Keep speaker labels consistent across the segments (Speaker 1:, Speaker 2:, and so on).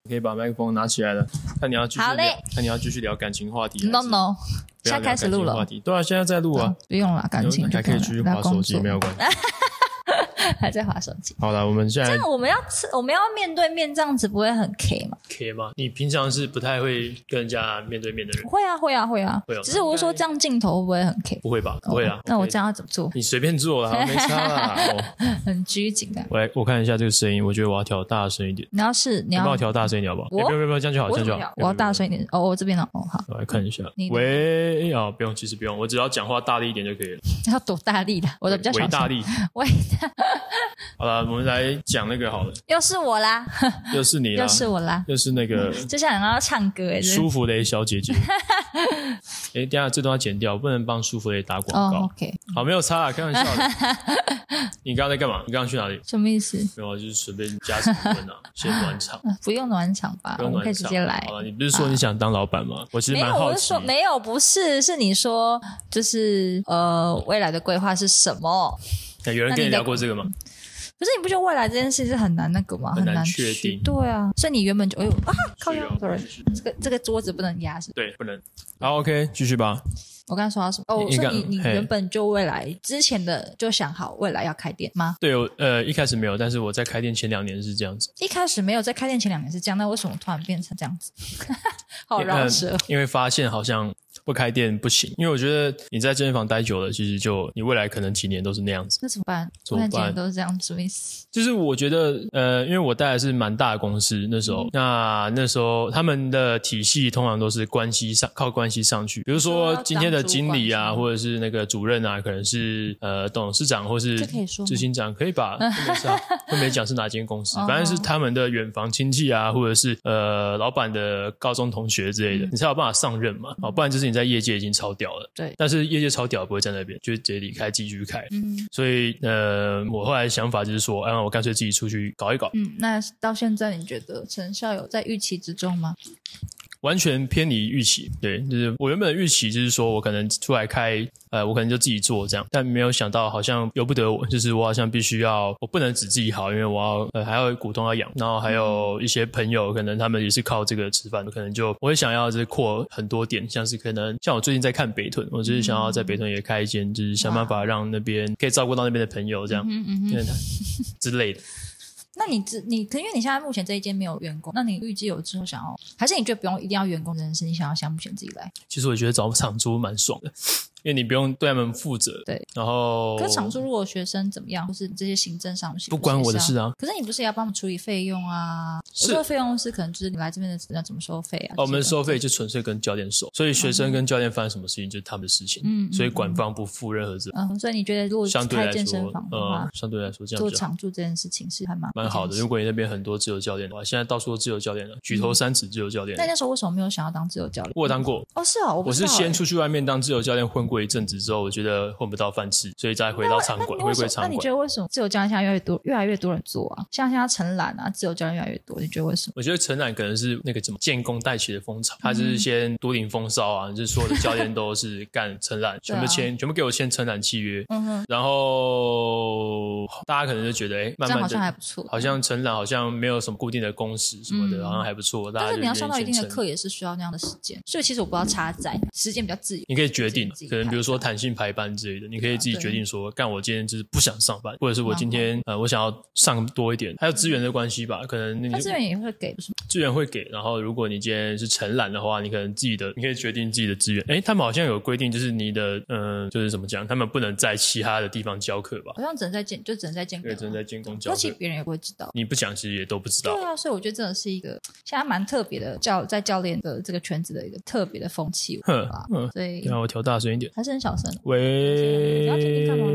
Speaker 1: 可以把麦克风拿起来了，看你要继续聊，看你要继续聊感情话题。
Speaker 2: No， 现在开始录了。
Speaker 1: 对啊，现在在录啊，
Speaker 2: 不用了，感情
Speaker 1: 还可以继续滑手机，没有关系。
Speaker 2: 还在滑手机。
Speaker 1: 好了，我们现在
Speaker 2: 这样我们要面对面，这样子不会很 K 吗
Speaker 1: ？K 吗？你平常是不太会跟人家面对面的人？
Speaker 2: 会啊。只是我是说这样镜头会不会很 K？
Speaker 1: 不会吧，不会啊。
Speaker 2: 那我这样要怎么做？
Speaker 1: 你随便做啦，没差啦。
Speaker 2: 很拘谨的。
Speaker 1: 我看一下这个声音，我觉得我要调大声一点。
Speaker 2: 你要帮
Speaker 1: 我调大声一点好不好？不用，这样就好，这样就好。
Speaker 2: 我要大声一点。哦，我这边呢？哦，好。
Speaker 1: 我来看一下。喂，啊，不用，其实不用，我只要讲话大力一点就可以了。
Speaker 2: 要多大力的？我的比较小声。
Speaker 1: 微大力。好了，我们来讲那个好了。
Speaker 2: 又是我啦，
Speaker 1: 又是你啦，
Speaker 2: 又是我啦，
Speaker 1: 又是那个，
Speaker 2: 就像要唱歌哎，
Speaker 1: 舒芙蕾小姐姐。等一下这段要剪掉，不能帮舒芙蕾打广告。
Speaker 2: OK，
Speaker 1: 好，没有差啊，开玩笑的。你刚刚在干嘛？你刚刚去哪里？
Speaker 2: 什么意思？
Speaker 1: 没有，就是随便加什么分啊，先暖场。
Speaker 2: 不用暖场吧，我们可以直接来。
Speaker 1: 好了，你不是说你想当老板吗？我其实蛮好奇。
Speaker 2: 没有，不是，是你说就是未来的规划是什么？
Speaker 1: 有人跟你聊过这个吗？
Speaker 2: 可是你不觉得未来这件事是很难那个吗？
Speaker 1: 很难确定。
Speaker 2: 对啊，所以你原本就靠腰 ，sorry， 这个桌子不能压是？
Speaker 1: 对，不能。好 ，OK， 继续吧。
Speaker 2: 我刚才说到什么？所以你原本就未来之前的就想好未来要开店吗？
Speaker 1: 对，一开始没有，但是我在开店前2年是这样子。
Speaker 2: 一开始没有，在开店前2年是这样，那为什么突然变成这样子？好饶舌。
Speaker 1: 因为发现好像不开店不行，因为我觉得你在健身房待久了，其实就你未来可能几年都是那样子。
Speaker 2: 那怎么办？我看几年都是这样，什么意思？
Speaker 1: 就是我觉得因为我待的是蛮大的公司，那时候那时候他们的体系通常都是靠关系上去，比如说今天的经理啊，或者是那个主任啊，可能是董事长或是执行长，可以吧？会没讲是哪间公司，反正是他们的远房亲戚啊，或者是老板的高中同学之类的，你才有办法上任嘛。不然就是你在业界已经超屌了，
Speaker 2: 对。
Speaker 1: 但是业界超屌不会在那边，就直接离开继续开。所以我后来的想法就是说，我干脆自己出去搞一搞。
Speaker 2: 那到现在你觉得成效有在预期之中吗？
Speaker 1: 完全偏离预期，对，就是我原本的预期就是说我可能出来开我可能就自己做这样，但没有想到好像由不得我，就是我好像必须我不能只自己好，因为我要还要股东要养，然后还有一些朋友可能他们也是靠这个吃饭的，可能就我会想要就是扩很多点，像是可能像我最近在看北屯，我就是想要在北屯也开一间，就是想办法让那边可以照顾到那边的朋友这样之类的。
Speaker 2: 那你因为你现在目前这一间没有员工，那你预计有之后想要，还是你觉得不用一定要员工这件事，你想要像目前自己来？
Speaker 1: 其实我觉得找场租蛮爽的，因为你不用对他们负责。
Speaker 2: 对，
Speaker 1: 然后
Speaker 2: 可是场租如果学生怎么样，或是这些行政上
Speaker 1: 不关我的事啊。
Speaker 2: 可是你不是也要帮他们处理费用啊？是，这个费用是可能就是你来这边的人怎么收费啊？
Speaker 1: 我们收费就纯粹跟教练收，所以学生跟教练发生什么事情就是他们的事情，所以管方不负任何责任。
Speaker 2: 所以你觉得如果开健身房的话，
Speaker 1: 相对来说这样
Speaker 2: 做场租这件事情是还蛮
Speaker 1: 好的。如果你那边很多自由教练的话，现在到处都自由教练了，举头三尺自由教练。
Speaker 2: 那时候为什么没有想要当自由教练？
Speaker 1: 我有当过。
Speaker 2: 是哦，
Speaker 1: 我是先出去外面当自由教练混过一阵子之后，我觉得混不到饭吃，所以再回到场馆，回归场馆。
Speaker 2: 那你觉得为什么自由教练现在越来越多人做啊？像现在承揽啊，自由教练越来越多，你觉得为什么？
Speaker 1: 我觉得承揽可能是那个什么建工带起的风潮，他就是先独领风骚啊，就是所有的教练都是干承揽，全部给我签承揽契约。然后大家可能就觉得慢慢的
Speaker 2: 好像还不错，
Speaker 1: 好像承揽好像没有什么固定的工时什么的，好像还不错。
Speaker 2: 但是你要上到一定的课也是需要那样的时间，所以其实我不知道差在时间比较自由，
Speaker 1: 你可以决定，可能比如说弹性排班之类的，你可以自己决定说，干我今天就是不想上班，或者是我今天我想要上多一点，还有资源的关系吧，可能
Speaker 2: 他资源也会给，
Speaker 1: 资源会给。然后如果你今天是承揽的话，你可能你可以决定自己的资源。他们好像有规定，就是你的就是怎么讲，他们不能在其他的地方教课吧？
Speaker 2: 好像只能在建工，
Speaker 1: 对，只能在建工教课。
Speaker 2: 而且别人也不会知道，
Speaker 1: 你不讲其实也都不知道。
Speaker 2: 对啊，所以我觉得真的是一个现在蛮特别的在教练的这个圈子的一个特别的风气吧。所以
Speaker 1: 让我调大声一点，
Speaker 2: 还是很小声。
Speaker 1: 喂，
Speaker 2: 你要听听看吗？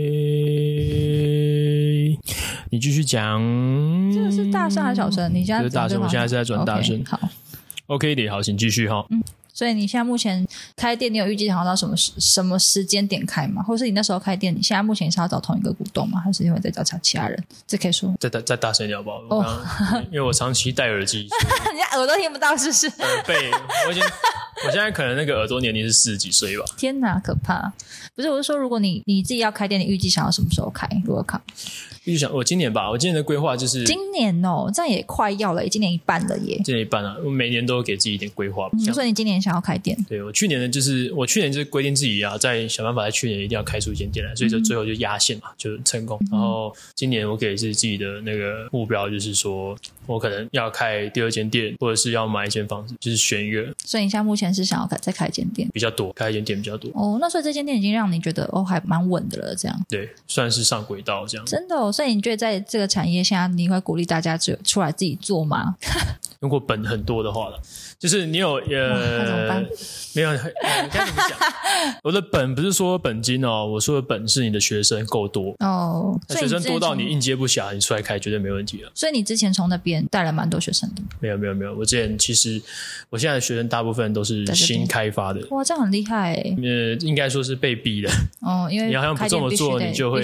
Speaker 1: 你继续讲。
Speaker 2: 这个是大声还是小声？你现在
Speaker 1: 是大声，我现在是在转大声。
Speaker 2: 好
Speaker 1: ，OK 的，好，请继续哈。
Speaker 2: 所以你现在目前开店，你有预计想要到什么时间点开吗？或者是你那时候开店，你现在目前是要找同一个股东吗？还是因为再找其他人？这可以说
Speaker 1: 再大声一点好不好？因为我长期戴耳机，
Speaker 2: 人家耳朵听不到，是不是？
Speaker 1: 耳背， 我现在可能那个耳朵年龄是40几岁吧。
Speaker 2: 天哪，可怕！不是，我是说，如果你自己要开店，你预计想要什么时候开？如果考
Speaker 1: 预计想我今年吧，我今年的规划就是
Speaker 2: 今年哦，这样也快要了，今年一半了耶。
Speaker 1: 今年一半啊，我每年都有给自己一点规划。
Speaker 2: 所以你今年想要开店？
Speaker 1: 对，我去年就是规定自己啊，在想办法在去年一定要开出一间店来，所以就最后就压线嘛，就成功。然后今年我给自己的那个目标就是说，我可能要开第2间店，或者是要买一间房子，就是选一个。
Speaker 2: 所以你现在目前是想要再开一间店？
Speaker 1: 比较多，开一间店比较多。
Speaker 2: 哦，那所以这间店已经让你觉得还蛮稳的了，这样。
Speaker 1: 对，算是上轨道这样。
Speaker 2: 真的哦，所以你觉得在这个产业下，你会鼓励大家出来自己做吗？
Speaker 1: 如果本很多的话了，就是你有
Speaker 2: 那怎么办？
Speaker 1: 没有该怎么讲？我的本不是说本金哦，我说的本是你的学生够多
Speaker 2: 哦，
Speaker 1: 那学生多到你应接不暇，你出来开绝对没问题了。
Speaker 2: 所以你之前从那边带了蛮多学生的？
Speaker 1: 没有，我之前其实我现在的学生大部分都是新开发的。
Speaker 2: 哇，这样很厉害欸。
Speaker 1: 应该说是被逼的哦，
Speaker 2: 因为
Speaker 1: 你好像不这么做，你就会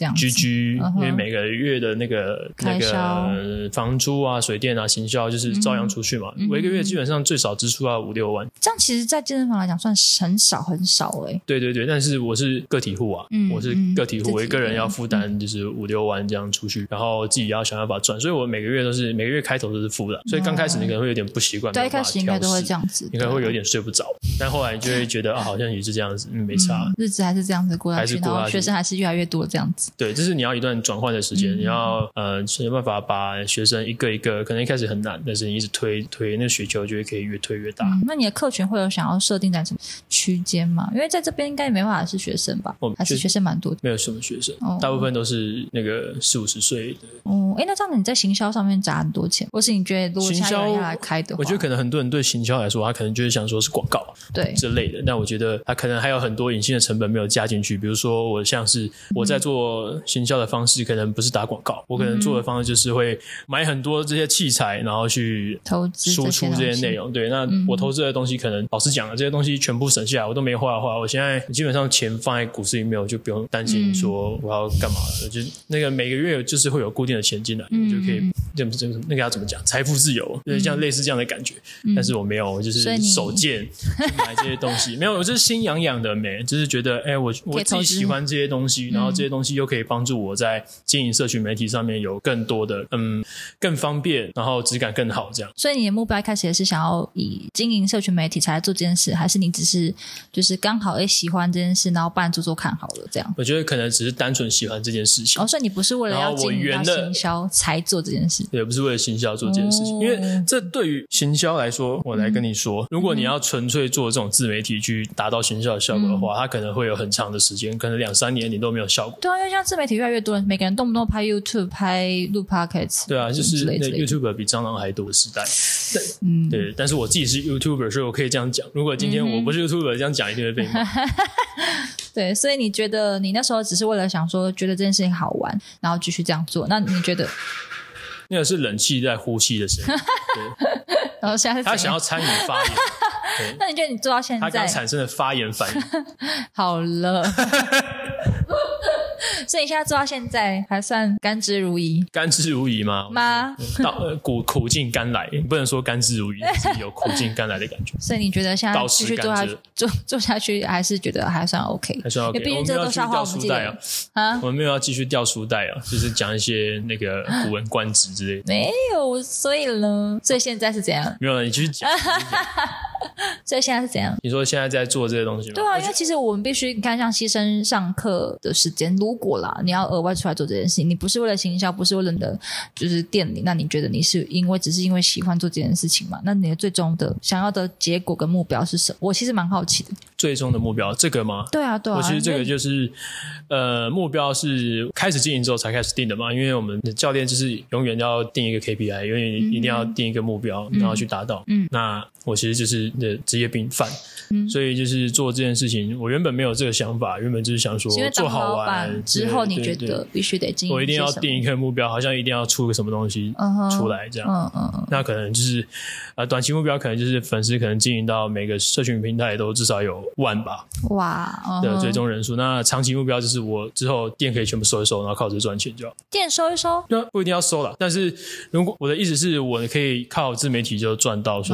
Speaker 1: GG，因为每个月的那个房租啊、水电啊、行销就是照样出去嘛。我一个月基本上最少支出要5-6万，
Speaker 2: 这样其实在健身房来讲算很少很少欸。
Speaker 1: 对，但是我是个体户啊，我是个体户，我一个人要负担就是5-6万这样出去，然后自己要想办法赚，所以我每个月开头都是负的，所以刚开始你可能会有点不习惯，
Speaker 2: 对，一开始应该都会这样子，
Speaker 1: 你可能会有点睡不着，但后来你就会觉得好像也是这样子，没差，
Speaker 2: 日子还是这样子过下去，然后学生还是越来越多这样子。
Speaker 1: 对，这是你要一段转换的时间，你要想办法把学生一个一个，可能一开始很难，但是你一直推那雪球就会可以越推越大。
Speaker 2: 那你的客群会有想要设定在什么区间吗？因为在这边应该没办法是学生吧？还是学生蛮多的？
Speaker 1: 没有什么学生，大部分都是那个40-50岁的。
Speaker 2: 那这样你在行销上面砸很多钱，或是你觉得如果现在有人要来开的话，
Speaker 1: 我觉得可能很多人对行销来说，他可能就是想说是广告对之类的，但我觉得他可能还有很多隐性的成本没有加进去，比如说我在做行销的方式可能不是打广告，我可能做的方式就是会买很多这些器材，然后去
Speaker 2: 投资
Speaker 1: 输出这些内容。对，那我投资的东西可能老实讲了，这些东西全部省下来我都没花的话，我现在基本上钱放在股市里面，我就不用担心说我要干嘛了，就那个每个月就是会有固定的钱进来，我就可以那个要怎么讲，财富自由，就是像类似这样的感觉。但是我没有，我就是手贱去买这些东西，没有，我就是心痒痒的就是觉得我自己喜欢这些东西，然后这些东西又可以帮助我在经营社群媒体上面有更多的更方便，然后质感更好这样。
Speaker 2: 所以你的目标一开始也是想要以经营社群媒体才来做这件事，还是你只是就是刚好喜欢这件事，然后不然做看好了这样？
Speaker 1: 我觉得可能只是单纯喜欢这件事情。
Speaker 2: 所以你不是为了要经营到行销才做这件事？
Speaker 1: 对，不是为了行销做这件事情，因为这对于行销来说，我来跟你说，如果你要纯粹做这种自媒体去达到行销的效果的话，它可能会有很长的时间，可能2-3年你都没有效果。
Speaker 2: 对啊，因为像自媒体越来越多人，每个人动不动拍 YouTube 录 Podcast。
Speaker 1: 对啊，就是那 YouTuber 比蟑螂还多的时代。对，但是我自己是 YouTuber， 所以我可以这样讲，如果今天我不是 YouTuber， 这样讲一定会被骂。
Speaker 2: 对，所以你觉得你那时候只是为了想说觉得这件事情好玩，然后继续这样做，那你觉得
Speaker 1: 那个是冷气在呼吸的声音。对，
Speaker 2: 然后现在他
Speaker 1: 想要参与发言。
Speaker 2: 那你觉得你做到现在
Speaker 1: 他刚产生的发言反应
Speaker 2: 好了所以你现在做到现在还算甘之如饴？甘之如饴
Speaker 1: 吗？苦尽甘来，不能说甘之如饴，是有苦尽甘来的感觉。
Speaker 2: 所以你觉得现在继续做下去，还是觉得还算 OK？
Speaker 1: 还算 OK。
Speaker 2: 因为毕竟这都是要花我们自己的
Speaker 1: 我们没有要继续掉书袋啊，就是讲一些那个古文观止之类的。
Speaker 2: 没有，所以现在是怎样？
Speaker 1: 没有了，你继续讲。
Speaker 2: 所以现在是怎样？
Speaker 1: 你说现在在做这些东西吗？
Speaker 2: 对啊，因为其实我们必须你看，像牺牲上课的时间，如果啦你要额外出来做这件事情，你不是为了行销，不是为了你的就是店里，那你觉得你是只是因为喜欢做这件事情吗？那你的最终的想要的结果跟目标是什么？我其实蛮好奇的。最终的目标这个吗？对啊，我其实这个就是目标是开始经营之后才开始定的嘛，因为我们的教练就是永远要定一个 KPI， 永远一定要定一个目标，然后去达到。那我其实就是职业病犯，所以就是做这件事情，我原本没有这个想法，原本就是想说做好玩之后，你觉得必须得经营，我一定要定一个目标，好像一定要出个什么东西出来这样。那可能就是短期目标可能就是粉丝可能经营到每个社群平台都至少有10000吧，哇的追踪人数。那长期目标就是我之后店可以全部收一收，然后靠这赚钱就好。店收一收，对，不一定要收啦，但是如果我的意思是我可以靠自媒体就赚到说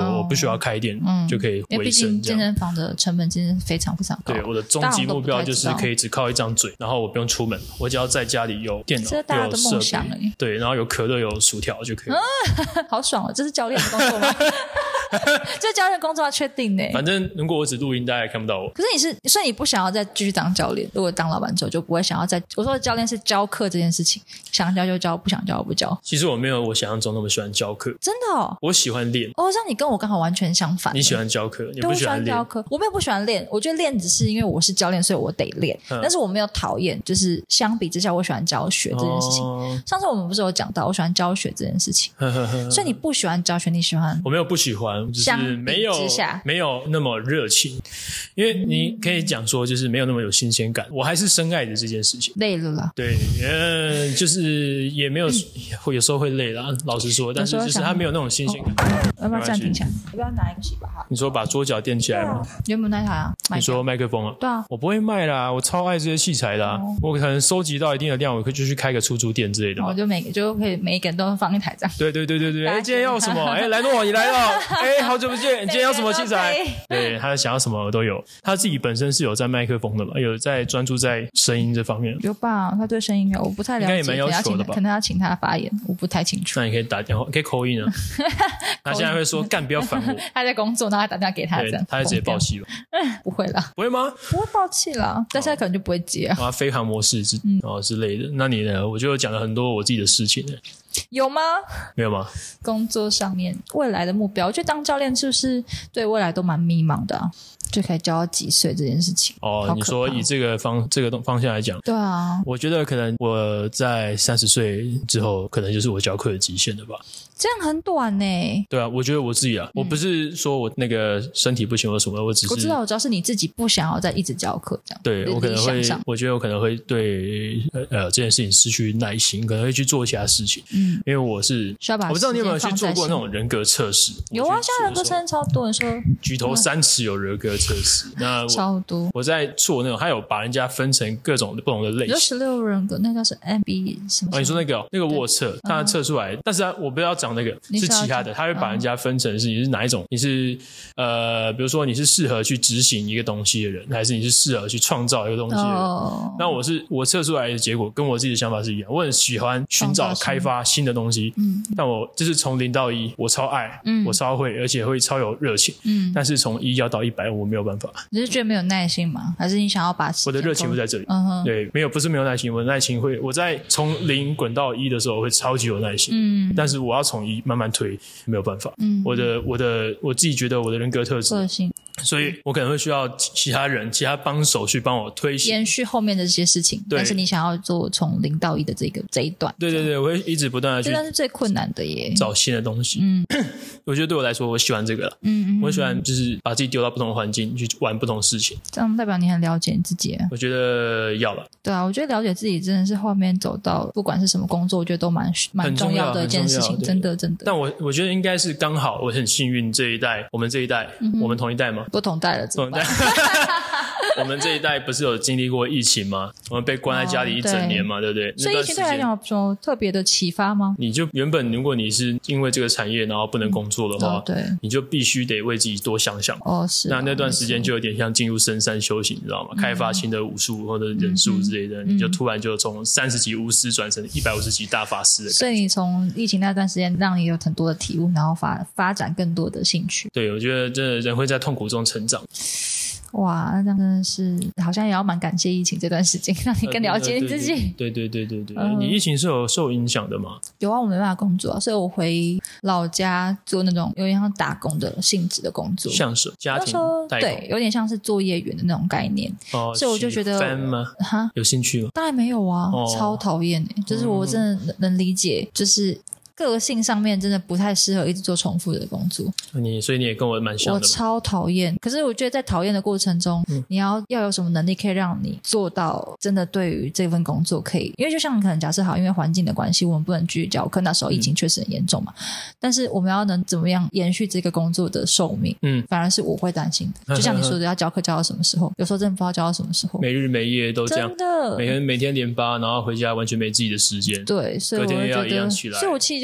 Speaker 1: 我不需要开店就可以
Speaker 2: 因为毕
Speaker 1: 维生这样。
Speaker 2: 竟健身房的成本真的非常非常高。
Speaker 1: 对，我的终极目标就是可以只靠一张嘴，然后我不用出门，我只要在家里有电脑，
Speaker 2: 这是大家的梦想
Speaker 1: 有设备，对，然后有可乐有薯条就可以了。
Speaker 2: 好爽哦！这是教练的工作吗？这教练工作要确定呢。
Speaker 1: 反正如果我只录音，大家也看不到我。
Speaker 2: 可是所以你不想要再继续当教练？如果当老板之后，就不会想要再。我说的教练是教课这件事情，想教就教，不想教就不教。
Speaker 1: 其实我没有我想象中那么喜欢教课，
Speaker 2: 真的哦。
Speaker 1: 我喜欢练。
Speaker 2: 哦，像你跟我刚好完全相反。
Speaker 1: 你喜欢教课，你不
Speaker 2: 喜
Speaker 1: 欢练。
Speaker 2: 教课，我没有不喜欢练。我觉得练只是因为我是教练，所以我得练。但是我没有讨厌，就是相比之下，我喜欢教学这件事情。上次我们不是有讲到，我喜欢教学这件事情。所以你不喜欢教学，你喜欢？
Speaker 1: 我没有不喜欢，只是没有那么热情。因为你可以讲说，就是没有那么有新鲜感。我还是深爱着这件事情。
Speaker 2: 累了啦。
Speaker 1: 对，就是也没有，有时候会累啦，老实说，但是就是它没有那种新鲜感。
Speaker 2: 要不要暂停一下？要不要拿一个洗把哈？
Speaker 1: 你说把桌脚垫起来吗？
Speaker 2: 有没有那台啊？
Speaker 1: 你说麦克风啊？
Speaker 2: 对啊，
Speaker 1: 我不会卖啦，我超爱这些器材的我可能收集到一定的量，我可以就去开个出租店之类的。
Speaker 2: 就可以每一个人都放一台这样。
Speaker 1: 对。今天要什么？莱诺你来了。好久不见，你今天要什么器材？对，他想要什么都有。他自己本身是有在麦克风的嘛，有在专注在声音这方面。
Speaker 2: 有吧？他对声音我不太了解，
Speaker 1: 应该也蛮要求的吧？
Speaker 2: 可能要请他发言，我不太清楚。
Speaker 1: 那你可以打电话，可以call in啊。他现在会说干，不要烦我。
Speaker 2: 他在工作，然后他打电话给他，这样
Speaker 1: 他会直接爆气吧？
Speaker 2: 不会啦，
Speaker 1: 不会吗？
Speaker 2: 不会爆气啦，但是他可能就不会接啊。
Speaker 1: 飞行模式之类的。那你呢？我就讲了很多我自己的事情呢。
Speaker 2: 有吗？
Speaker 1: 没有吗？
Speaker 2: 工作上面未来的目标，我觉得当教练是不是对未来都蛮迷茫的啊？就可以教到几岁这件事情。
Speaker 1: 你说以这个方向来讲，
Speaker 2: 对啊，
Speaker 1: 我觉得可能我在30岁之后，可能就是我教课的极限了吧。
Speaker 2: 这样很短呢。
Speaker 1: 对啊，我觉得我自己我不是说我那个身体不行或什么，我只
Speaker 2: 知道是你自己不想要再一直教课这样。
Speaker 1: 对，我可能会，我觉得我可能会对这件事情失去耐心，可能会去做其他事情。因为我是
Speaker 2: 需要把，
Speaker 1: 我不知道你有没有去做过那种人格测试？
Speaker 2: 有啊，现在人格测试超多人说
Speaker 1: 举头3尺有人格测试，那
Speaker 2: 超多。
Speaker 1: 我在做那种，还有把人家分成各种不同的类型。
Speaker 2: 16人格，那个是 MB 什么？
Speaker 1: 你说那个卧测，他测出来，但是我不要讲那个，是其他的，他会把人家分成是你是哪一种，你是比如说你是适合去执行一个东西的人，还是你是适合去创造一个东西的人。那我测出来的结果跟我自己的想法是一样，我很喜欢寻找开发新的东西，但我就是从0到1，我超爱，我超会，而且会超有热情，但是从1要到100，我没有办法。
Speaker 2: 你是觉得没有耐心吗？还是你想要把
Speaker 1: 我的热情不在这里？对，不是没有耐心，我的耐心会，我在从0滚到1的时候会超级有耐心，但是我要从1慢慢推，没有办法。我自己觉得我的人格特质，所以我可能会需要其他帮手去帮我推行延
Speaker 2: 续后面的这些事情。但是你想要做从0到1的这一段，
Speaker 1: 对，我会一直不断的去，
Speaker 2: 这段是最困难的耶，
Speaker 1: 找新的东西。我觉得对我来说，我喜欢这个了。我喜欢就是把自己丢到不同的环境去玩不同的事情，
Speaker 2: 这样代表你很了解你自己。
Speaker 1: 我觉得要了。
Speaker 2: 对啊，我觉得了解自己真的是后面走到不管是什么工作，我觉得都蛮重要的一件事情，真的。
Speaker 1: 但我觉得应该是刚好我很幸运，我们这一代，我们同一代吗？
Speaker 2: 不同代了，
Speaker 1: 同一代。我们这一代不是有经历过疫情吗？我们被关在家里1整年嘛，对不对？
Speaker 2: 所以疫情对来讲有什么特别的启发吗？
Speaker 1: 你就原本如果你是因为这个产业然后不能工作的话，
Speaker 2: 对，
Speaker 1: 你就必须得为自己多想想。
Speaker 2: 是。
Speaker 1: 那段时间就有点像进入深山修行，你知道吗？开发新的武术或者忍术之类的，你就突然就从30级巫师转成150级大法师的感觉。
Speaker 2: 所以你从疫情那段时间让你有很多的体悟，然后发展更多的兴趣。
Speaker 1: 对，我觉得真的人会在痛苦中成长。
Speaker 2: 哇，那这样真的是好像也要蛮感谢疫情这段时间，让你更了解你自己。
Speaker 1: 对。你疫情是有受影响的吗？
Speaker 2: 有啊，我没办法工作，所以我回老家做那种有点像打工的性质的工作，
Speaker 1: 像是家庭代工，
Speaker 2: 对，有点像是作业员的那种概念。所以我就觉得
Speaker 1: 有兴趣吗？
Speaker 2: 当然没有啊，超讨厌就是我真的能理解，就是个性上面真的不太适合一直做重复的工作。
Speaker 1: 所以你也跟我蛮像的。
Speaker 2: 我超讨厌，可是我觉得在讨厌的过程中，你要有什么能力可以让你做到真的对于这份工作可以，因为就像可能假设好，因为环境的关系，我们不能继续教课，那时候疫情确实很严重嘛。但是我们要能怎么样延续这个工作的寿命，反而是我会担心的。就像你说的，要教课教到什么时候？有时候真的不知道教到什么时候，
Speaker 1: 没日没夜都这样，
Speaker 2: 真的，
Speaker 1: 每天连8，然后回家完全没自己的时间。
Speaker 2: 对，所以我会觉得，所以我其实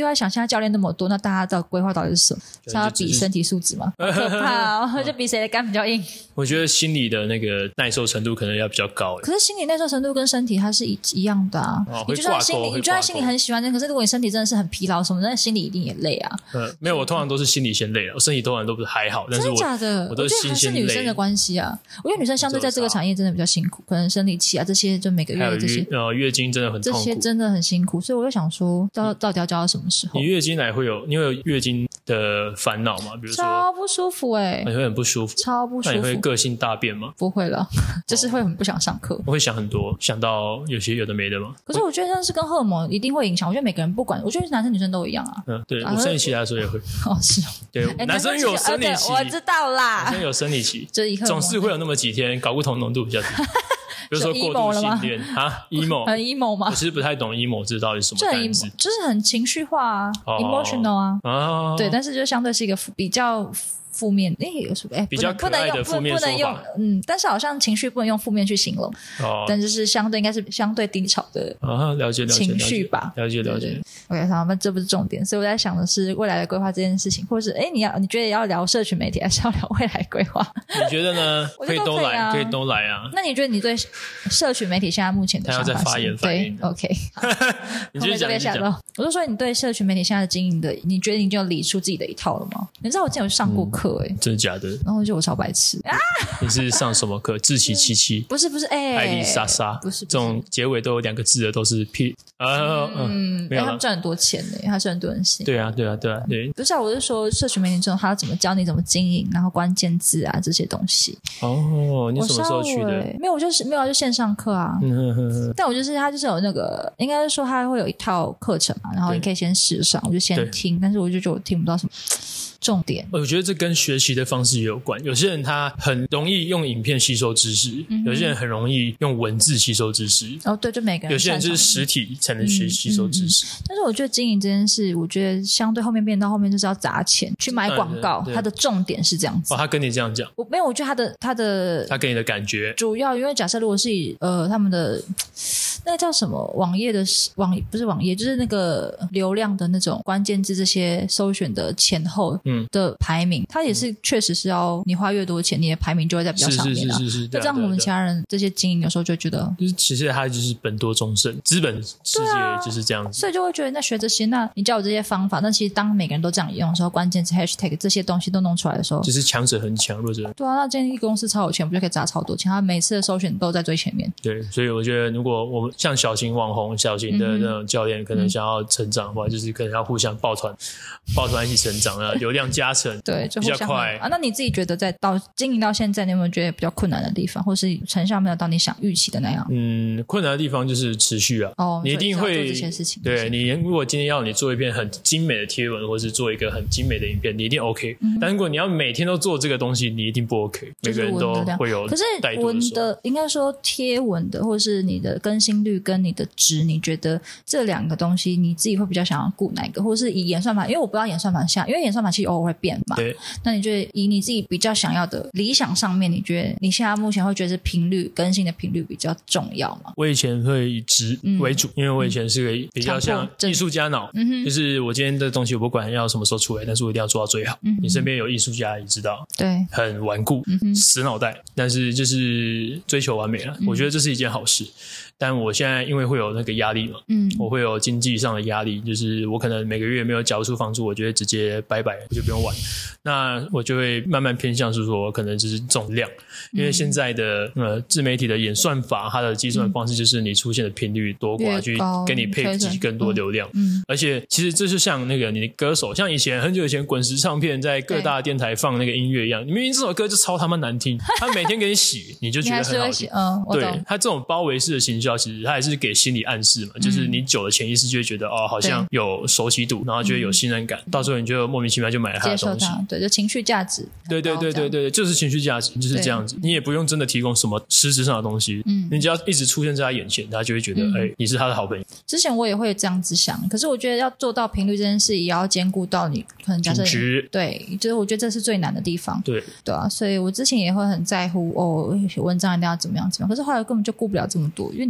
Speaker 2: 就在想现在教练那么多，那大家的规划到底是什么？是要比身体素质吗？好可怕哦，就比谁的肝比较硬。
Speaker 1: 我觉得心理的那个耐受程度可能要比较高。
Speaker 2: 可是心理耐受程度跟身体它是一样的啊。你就算心里很喜欢，可是如果你身体真的是很疲劳什么，那心里一定也累啊。
Speaker 1: 没有，我通常都是心理先累了，我身体通常都不是还好，但是
Speaker 2: 真的假的？
Speaker 1: 我都是心先累。
Speaker 2: 我觉得还是女生的关系啊。我觉得女生相对在这个产业真的比较辛苦，可能生理期啊这些，就每个月的这些
Speaker 1: 月经真的很痛苦，
Speaker 2: 这些真的很辛苦，所以我就想说，到底要教到什么时候？
Speaker 1: 你月经来你会有月经的烦恼吗？比如说
Speaker 2: 超不舒服你
Speaker 1: 会很不舒服，
Speaker 2: 超不舒服。
Speaker 1: 那你会个性大变吗？
Speaker 2: 不会了，就是会很不想上课。
Speaker 1: 我会想很多，想到有的没的吗？
Speaker 2: 可是我觉得那是跟荷尔蒙一定会影响。我觉得每个人不管，我觉得男生女生都一样啊。
Speaker 1: 对，我生理期来的时候也会。
Speaker 2: 是
Speaker 1: 对，男生有生理期，
Speaker 2: 我知道啦。
Speaker 1: 男生有生理期，总是会有那么几天睾固酮浓度比较低。比如说过度训练emo
Speaker 2: 很 emo 吗？
Speaker 1: 我其实不太懂 emo 这到底是什么单词，
Speaker 2: 就是很情绪化啊，emotional 啊。对，但是就相对是一个比较负面，
Speaker 1: 比较可爱的负面说法，
Speaker 2: 不能用但是好像情绪不能用负面去形容，但就是相对应该是相对低潮的
Speaker 1: 了解
Speaker 2: 情绪吧，
Speaker 1: 了解。
Speaker 2: OK， 好，那这不是重点，所以我在想的是未来的规划这件事情，或者是你觉得要聊社群媒体，还是要聊未来规划？
Speaker 1: 你觉得呢？可以都来，可以都来啊。
Speaker 2: 那你觉得你对社群媒体现在目前的想法是？
Speaker 1: 他要再发言。
Speaker 2: 对 ，OK，
Speaker 1: 你继续讲。
Speaker 2: 我就说你对社群媒体现在的经营的，你觉得你就理出自己的一套了吗？你知道我之前有上过课
Speaker 1: 真的假的？
Speaker 2: 然后我觉得我超白痴啊！
Speaker 1: 你是上什么课？志奇七七？
Speaker 2: 不是，
Speaker 1: 艾丽莎莎？
Speaker 2: 不是，
Speaker 1: 这种结尾都有2个字的都是屁。没有，
Speaker 2: 他们赚很多钱呢，他是很多人信。
Speaker 1: 对啊。
Speaker 2: 不是我是说社群媒体这种，他要怎么教你怎么经营，然后关键字啊这些东西。
Speaker 1: 你什么时候去的？
Speaker 2: 没有，就线上课啊。但我他就是有那个，应该是说他会有一套课程嘛，然后你可以先试上，我就先听，但是我就觉得我听不到什么重点。
Speaker 1: 我觉得这跟学习的方式也有关，有些人他很容易用影片吸收知识，有些人很容易用文字吸收知识。
Speaker 2: 对，就每个人。
Speaker 1: 有些人就是实体才能吸收知识。
Speaker 2: 但是我觉得经营这件事，我觉得相对后面变到后面就是要砸钱去买广告，它的重点是这样子。
Speaker 1: 他跟你这样讲？
Speaker 2: 没有，我觉得他
Speaker 1: 给你的感觉
Speaker 2: 主要，因为假设如果是以他们的那个叫什么网页的不是网页，就是那个流量的那种关键字这些搜寻的前后的排名，它也是确实是要你花越多钱，你的排名就会在比较上面啊。
Speaker 1: 是。
Speaker 2: 就这样，我们其他人这些经营有时候就觉得，
Speaker 1: 其实它就是本多终胜，资本世界就是这样子，
Speaker 2: 所以就会觉得那学这些，那你教我这些方法，那其实当每个人都这样用的时候，关键词 hashtag 这些东西都弄出来的时候，
Speaker 1: 就是强者很强，弱者。
Speaker 2: 对啊，那今天一个公司超有钱，不就可以砸超多钱？他每次的搜寻都在最前面。
Speaker 1: 对，所以我觉得如果我们像小型网红、小型的那种教练，可能想要成长的话，就是可能要互相抱团一起成长啊，流量加成，
Speaker 2: 对，就
Speaker 1: 比较快
Speaker 2: 啊。那你自己觉得经营到现在，你有没有觉得比较困难的地方，或是成效没有到你想预期的那样？
Speaker 1: 困难的地方就是持续啊。你一定会
Speaker 2: 做这些事情。
Speaker 1: 对，你如果今天要你做一篇很精美的贴文，或是做一个很精美的影片，你一定 OK。但如果你要每天都做这个东西，你一定不 OK。每个人都会有
Speaker 2: 可是文的，应该说贴文的，或是你的更新率跟你的值，你觉得这2个东西，你自己会比较想要顾哪一个？或是以演算法，因为我不知道演算法因为演算法其实偶尔会变嘛。
Speaker 1: 对。
Speaker 2: 那你觉得以你自己比较想要的理想上面，你觉得你现在目前会觉得是更新的频率比较重要吗？
Speaker 1: 我以前会以值为主，因为我以前是个比较像艺术家脑，就是我今天的东西我不管要什么时候出来，但是我一定要做到最好。你身边有艺术家也知道，
Speaker 2: 对，
Speaker 1: 很顽固，死脑袋，但是就是追求完美了。我觉得这是一件好事。但我现在因为会有那个压力嘛，我会有经济上的压力，就是我可能每个月没有缴出房租，我就会直接拜拜，我就不用玩。那我就会慢慢偏向是说，可能就是这种量，因为现在的自媒体的演算法，它的计算方式就是你出现的频率多寡去给你配给更多流量。而且其实这就像那个你的歌手，像很久以前滚石唱片在各大电台放那个音乐一样，你明明这首歌就超他妈难听，他每天给你洗，你就觉得很好听。对，他这种包围式的行销，其实他还是给心理暗示嘛，就是你久了潜意识就会觉得好像有熟悉度，然后就会有信任感，到时候你就莫名其妙就买了他的东西。
Speaker 2: 对，就情绪价值。
Speaker 1: 对，就是情绪价值，就是这样子。你也不用真的提供什么实质上的东西，你只要一直出现在他眼前，他就会觉得你是他的好朋友。
Speaker 2: 之前我也会这样子想，可是我觉得要做到频率这件事，也要兼顾到你可能假设对，就是我觉得这是最难的地方。对啊，所以我之前也会很在乎文章一定要怎么样，可是后来根本就顾不了这么多，因为你可以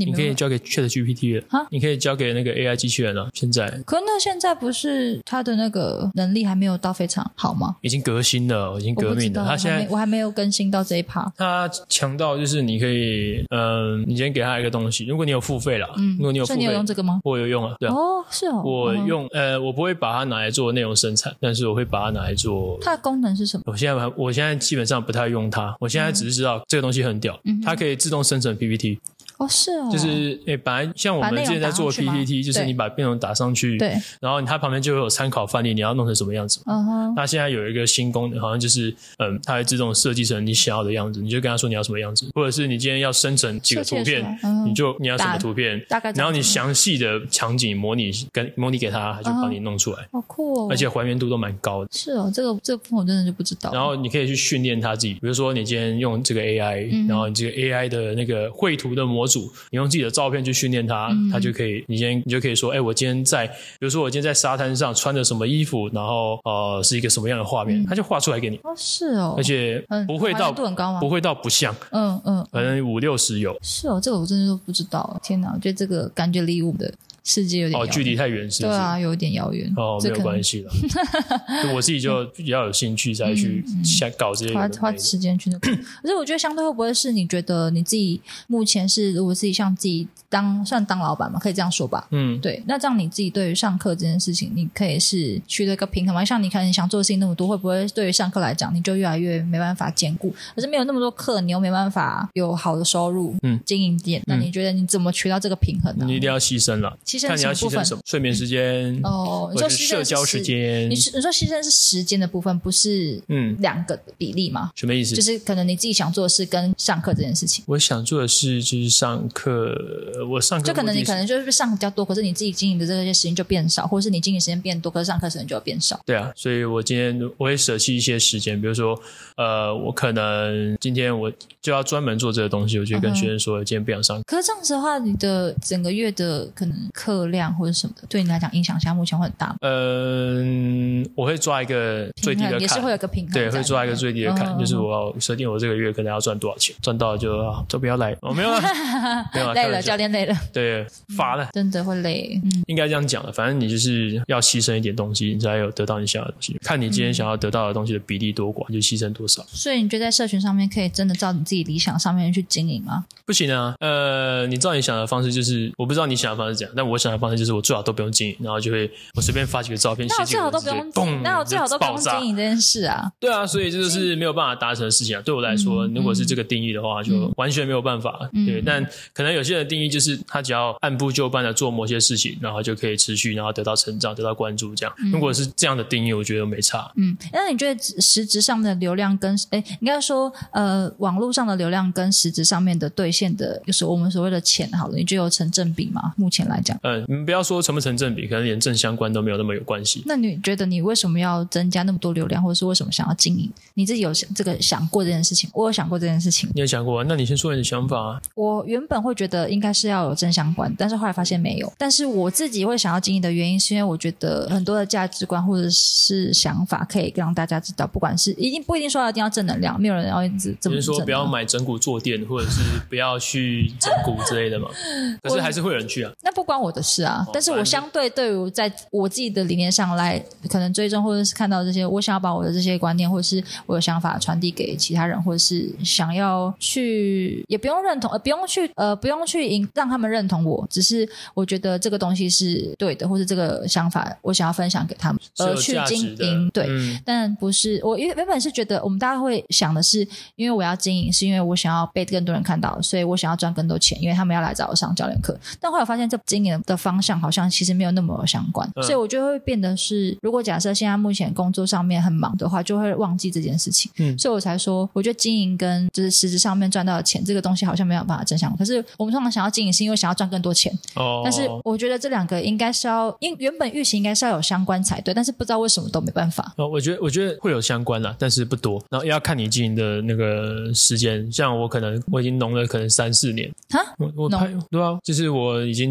Speaker 1: 交给 ChatGPT 了，你可以交给那个 AI 机器人了。现在，
Speaker 2: 可那现在不是他的那个能力还没有到非常好吗？
Speaker 1: 已经革新了，已经革命了。他现在
Speaker 2: 我还没有更新到这一趴。
Speaker 1: 他强到就是你可以，你先给他一个东西，如果你有付费啦，如果你有付费，
Speaker 2: 所以你有用这个吗？
Speaker 1: 我有用啊，对啊。
Speaker 2: 哦，是哦。
Speaker 1: 我用我不会把它拿来做内容生产，但是我会把它拿来做。
Speaker 2: 它的功能是什么？
Speaker 1: 我现在基本上不太用它，我现在只是知道这个东西很屌，它可以自动生成 PPT。
Speaker 2: 哦，是哦，
Speaker 1: 就是本来像我们之前在做 PPT， 就是你把内容打上去，
Speaker 2: 对，
Speaker 1: 然后它旁边就会有参考范例，你要弄成什么样子。那现在有一个新功能，好像就是它会自动设计成你想要的样子，你就跟他说你要什么样子，或者是你今天要生成几个图片，你要什么图片，
Speaker 2: 大概，
Speaker 1: 然后你详细的场景模拟给他，他就帮你弄出来，
Speaker 2: 好酷哦，
Speaker 1: 而且还原度都蛮高的。
Speaker 2: 是哦，这个部分我真的就不知道。
Speaker 1: 然后你可以去训练他自己，比如说你今天用这个 AI，然后你这个 AI 的那个绘图的模组，你用自己的照片去训练它，它就可以，你就可以说，我今天比如说我今天在沙滩上穿着什么衣服，然后是一个什么样的画面，它就画出来给你。
Speaker 2: 哦，是哦，
Speaker 1: 而且不会到
Speaker 2: 度很高吗？
Speaker 1: 不会到不像，可能50-60有。
Speaker 2: 是哦，这个我真的都不知道。天哪，我觉得这个感觉离我们的世界有点遥远，
Speaker 1: 距离太远，是不是？
Speaker 2: 对啊，有点遥远。
Speaker 1: 没有关系了。我自己就比较有兴趣再去搞这些，
Speaker 2: 花时间去那个。可是我觉得相对会不会是你觉得你自己目前是如果自己像自己算当老板嘛，可以这样说吧？对。那这样你自己对于上课这件事情，你可以是取得一个平衡吗？像你可能你想做的事情那么多，会不会对于上课来讲，你就越来越没办法兼顾？可是没有那么多课，你又没办法有好的收入，经营店。那你觉得你怎么取到这个平衡呢？
Speaker 1: 你一定要牺牲了。看你要牺牲什么，睡眠时间
Speaker 2: 你说
Speaker 1: 社交时间，
Speaker 2: 你说牺牲是时间的部分，不是两个比例吗？
Speaker 1: 什么意思？
Speaker 2: 就是可能你自己想做的事跟上课这件事情。
Speaker 1: 我想做的事就是上课，我上课
Speaker 2: 就可能你就是上比较多，可是你自己经营的这些时间就变少，或者是你经营时间变多，可是上课时间就要变少。
Speaker 1: 对啊，所以我今天我会舍弃一些时间，比如说我可能今天我就要专门做这个东西，我就跟学生说今天不想上课。
Speaker 2: 可是这样子的话，你的整个月的可能课量或者什么的，对你来讲影响现在目前会很大吗？
Speaker 1: 我会抓一个最低的坎，
Speaker 2: 也是会有个平衡。
Speaker 1: 对，会抓一个最低的坎，就是我要设定我这个月可能要赚多少钱，赚到了就不要来。没有了，没有了，
Speaker 2: 累了，教练累了，
Speaker 1: 对，乏了，
Speaker 2: 真的会累。
Speaker 1: 应该这样讲的，反正你就是要牺牲一点东西，你才有得到你想要的东西。看你今天想要得到的东西的比例多寡，就牺牲多少。
Speaker 2: 所以你觉得在社群上面可以真的照你自己理想上面去经营吗？
Speaker 1: 不行啊，你照你想的方式，就是我不知道你想的方式是怎样，但我想的方式就是我最好都不用经营，然后就会我随便发几个照片，
Speaker 2: 那我最好都不用经营这件事啊。
Speaker 1: 对啊，所以这就是没有办法达成的事情啊。对我来说，如果是这个定义的话，就完全没有办法。对，但可能有些人的定义就是他只要按部就班的做某些事情，然后就可以持续，然后得到成长，得到关注这样。如果是这样的定义，我觉得没差。
Speaker 2: 那你觉得实质上的流量跟应该说网络上的流量跟实质上面的兑现的，就是我们所谓的钱好了，你觉得有成正比吗？目前来讲，
Speaker 1: 你不要说成不成正比，可能连正相关都没有那么有关系。
Speaker 2: 那你觉得你为什么要增加那么多流量，或者是为什么想要经营？你自己有这个想过这件事情？我有想过这件事情。
Speaker 1: 你有想过？那你先说你的想法啊。
Speaker 2: 我原本会觉得应该是要有正相关，但是后来发现没有。但是我自己会想要经营的原因，是因为我觉得很多的价值观或者是想法可以让大家知道，不管是不一定说一定要正能量，没有人要一直这么正能量。
Speaker 1: 就是说不要买整股坐垫，或者是不要去整股之类的嘛。可是还是会有人去啊。
Speaker 2: 那不关我的事啊。但是我相对于在我自己的理念上来，可能追踪或者是看到这些，我想要把我的这些观念或者是我的想法传递给其他人，或者是想要去也不用认同，不用去让他们认同我，只是我觉得这个东西是对的，或是这个想法我想要分享给他们，去经营。对，但不是我原本是觉得我们大家会想的是，因为我要经营，是因为我想要被更多人看到，所以我想要赚更多钱，因为他们要来找我上教练课。但后来发现这经营的方向好像其实没有那么相关，所以我就会变得是，如果假设现在目前工作上面很忙的话，就会忘记这件事情。所以我才说，我觉得经营跟就是实质上面赚到的钱这个东西好像没有办法正相关。可是我们通常想要经营是因为想要赚更多钱，但是我觉得这两个应该是原本预期应该是要有相关才对，但是不知道为什么都没办法。
Speaker 1: 我觉得会有相关啦，但是不多，然后要看你经营的那个时间。像我已经农了可能3-4年
Speaker 2: 哈，
Speaker 1: 我对啊，就是我已经经营可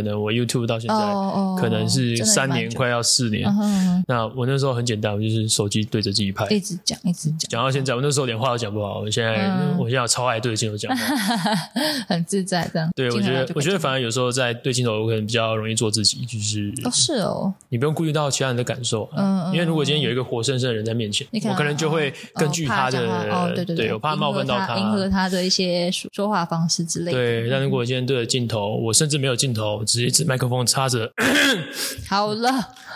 Speaker 1: 能我 YouTube 到现在可能是3年快要4年，那我那时候很简单，我就是手机对着自己拍，
Speaker 2: 一直讲讲
Speaker 1: 到现在，我那时候连话都讲不好，我现在超爱对着镜头讲话
Speaker 2: 很自在这样。
Speaker 1: 对，我觉得反而有时候在对镜头我可能比较容易做自己，就是你不用顾虑到其他人的感受，因为如果今天有一个活生生的人在面前，我可能就会根据他的对，我怕冒犯到他，
Speaker 2: 迎合他的一些说话方式之类的。
Speaker 1: 对，但如果今天对着镜头，我甚至没有镜头，直接一支麦克风插着
Speaker 2: 好了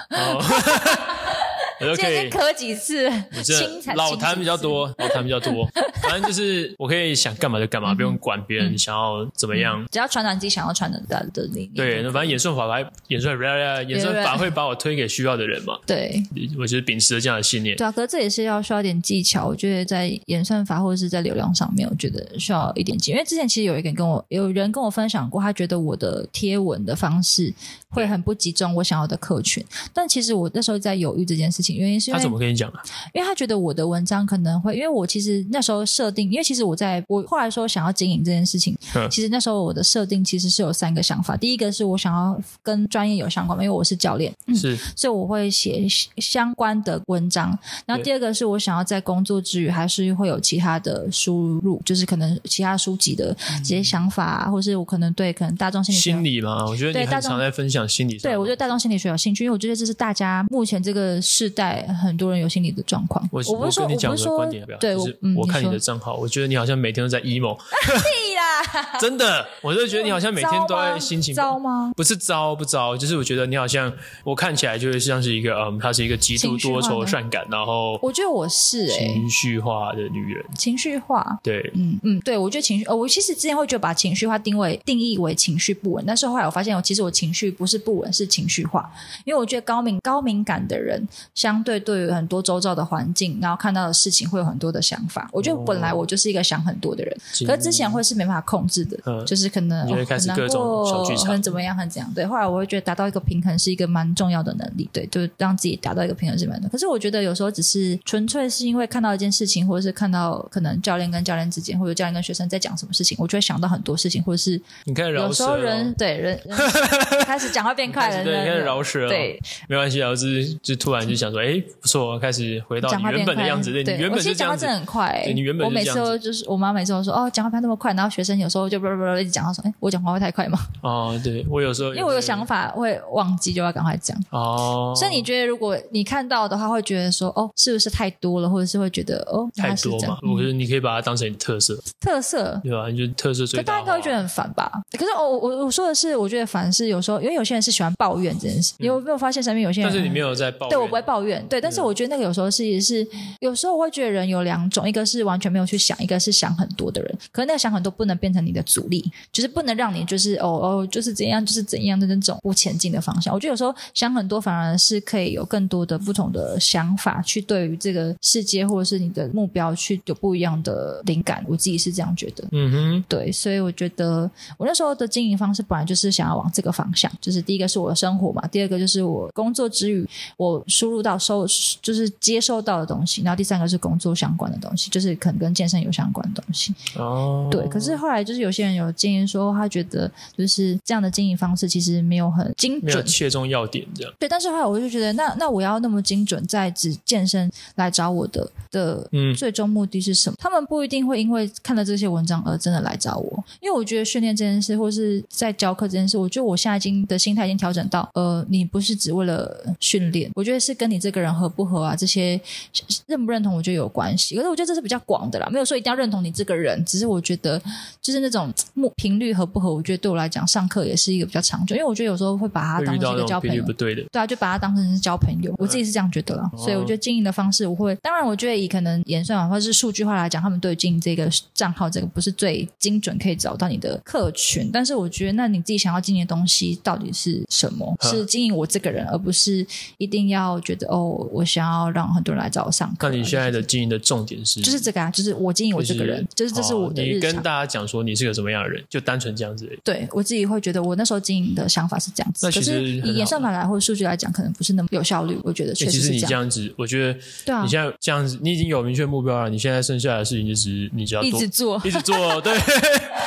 Speaker 1: 我就可以
Speaker 2: 咳几次，
Speaker 1: 老痰比较多，反正就是我可以想干嘛就干嘛，不用管别人想要怎么样，
Speaker 2: 只要传达自己想要传达的理念。
Speaker 1: 对，反正演算法会把我推给需要的人嘛。对，我就是秉持了这样的信念。
Speaker 2: 对啊，可是这也是需要点技巧，我觉得在演算法或者是在流量上面，我觉得需要一点技巧。因为之前其实有人跟我分享过，他觉得我的贴文的方式会很不集中我想要的客群，但其实我那时候在犹豫这件事情，原因是因为
Speaker 1: 他怎么跟你讲啊？
Speaker 2: 因为他觉得我的文章可能会，因为我其实那时候设定，因为其实我后来说想要经营这件事情，其实那时候我的设定其实是有3个想法。第一个是我想要跟专业有相关，因为我是教练，所以我会写相关的文章。然后第二个是我想要在工作之余还是会有其他的输入，就是可能其他书籍的这些想法，或是我可能对可能大众心理
Speaker 1: 嘛，我觉得你很常在分享心理上。
Speaker 2: 对，我对大众心理学有兴趣，因为我觉得这是大家目前这个世代很多人有心理的状况。
Speaker 1: 我跟你讲的观点，对，我看你的账号，我觉得你好像每天都在 emo。
Speaker 2: 屁啦，
Speaker 1: 真的，我就觉得你好像每天都在心情
Speaker 2: 糟吗？
Speaker 1: 不是糟不糟，就是我觉得你好像我看起来就会像是一个他是一个极度多愁善感，然后
Speaker 2: 我觉得我是
Speaker 1: 情绪化的女人。
Speaker 2: 情绪化，
Speaker 1: 对，
Speaker 2: 对，我觉得情绪，我其实之前会觉得把情绪化定义为情绪不稳，但是后来我发现其实我情绪不是不稳，是情绪化。因为我觉得高敏感的人相对于很多周遭的环境，然后看到的事情会有很多的想法。我觉得本来我就是一个想很多的人，可是之前会是没办法控制的，就是可能
Speaker 1: 你会开始各种小剧场，
Speaker 2: 很怎么样，很怎样。对，后来我会觉得达到一个平衡是一个蛮重要的能力，对，就是让自己达到一个平衡是蛮重要的。可是我觉得有时候只是纯粹是因为看到一件事情，或者是看到可能教练跟教练之间，或者教练跟学生在讲什么事情，我就会想到很多事情，或者是
Speaker 1: 你看
Speaker 2: 有时候人开始讲话变快了，
Speaker 1: 对，你开始饶舌了，对，没关系啊，就突然就想说，不错，开始回到你原本的样子。对，你原本是这样子，我其实讲话真的很快，
Speaker 2: 对，
Speaker 1: 你原本
Speaker 2: 我每次都就是我妈每次都说讲话不要那么快，然后学生有时候就一直讲到说，我讲话会太快吗？
Speaker 1: 对，我有时候
Speaker 2: 因为我有想法会忘记，就要赶快讲。所以你觉得如果你看到的话，会觉得说是不是太多了，或者是会觉得
Speaker 1: 太多嘛？我觉得你可以把它当成你的特色，对吧？你觉得特色最大，
Speaker 2: 大家应该会觉得很烦吧？可是我说的是，我觉得烦是有时候，因为有些人是喜欢抱怨这件事。你有没有发现身边有些人？
Speaker 1: 但是你没有在抱怨。
Speaker 2: 对，我不会抱怨。对，但是我觉得那个有时候是有时候我会觉得人有2种，一个是完全没有去想，一个是想很多的人。可是那个想很多不能变成你的阻力，就是不能让你就是就是怎样就是怎样的那种不前进的方向。我觉得有时候想很多反而是可以有更多的不同的想法，去对于这个世界或者是你的目标去有不一样的灵感。我自己是这样觉得。对，所以我觉得我那时候的经营方式本来就是想要往这个方向，就是第一个是我的生活嘛，第二个就是我工作之余我输入到就是接收到的东西，然后第3个是工作相关的东西，就是可能跟健身有相关的东西。对，可是后来就是有些人有建议说他觉得就是这样的经营方式其实没有很精准，
Speaker 1: 没有切中要点这样。
Speaker 2: 对，但是后来我就觉得那我要那么精准在只健身来找我的最终目的是什么？他们不一定会因为看了这些文章而真的来找我，因为我觉得训练这件事或是在教课这件事，我觉得我现在心态已经调整到你不是只为了训练，我觉得是跟你这个人合不合啊，这些认不认同我觉得有关系。可是我觉得这是比较广的啦，没有说一定要认同你这个人，只是我觉得就是那种频率合不合，我觉得对我来讲上课也是一个比较长久，因为我觉得有时候会把它当成一个交朋友，
Speaker 1: 不对的，
Speaker 2: 对啊，就把它当成是交朋友，我自己是这样觉得啦。所以我觉得经营的方式当然我觉得以可能演算法或是数据化来讲，他们对经营这个账号这个不是最精准可以找到你的客群，但是我觉得那你自己想要经营的东西到底是什么？是经营我这个人，而不是一定要觉得我想要让很多人来找我上课。
Speaker 1: 那你现在的经营的重点是
Speaker 2: 就是这个啊，就是我经营我这个人，就是这是我的日常。
Speaker 1: 你跟大家讲说你是个什么样的人，就单纯这样子而已。
Speaker 2: 对，我自己会觉得我那时候经营的想法是这样子，可是以演算法来或者数据来讲可能不是那么有效率，我觉得确实是这样。
Speaker 1: 其实你这样子我觉得你现在这样子你已经有明确目标了，你现在剩下的事情就是你只要
Speaker 2: 一直做
Speaker 1: 对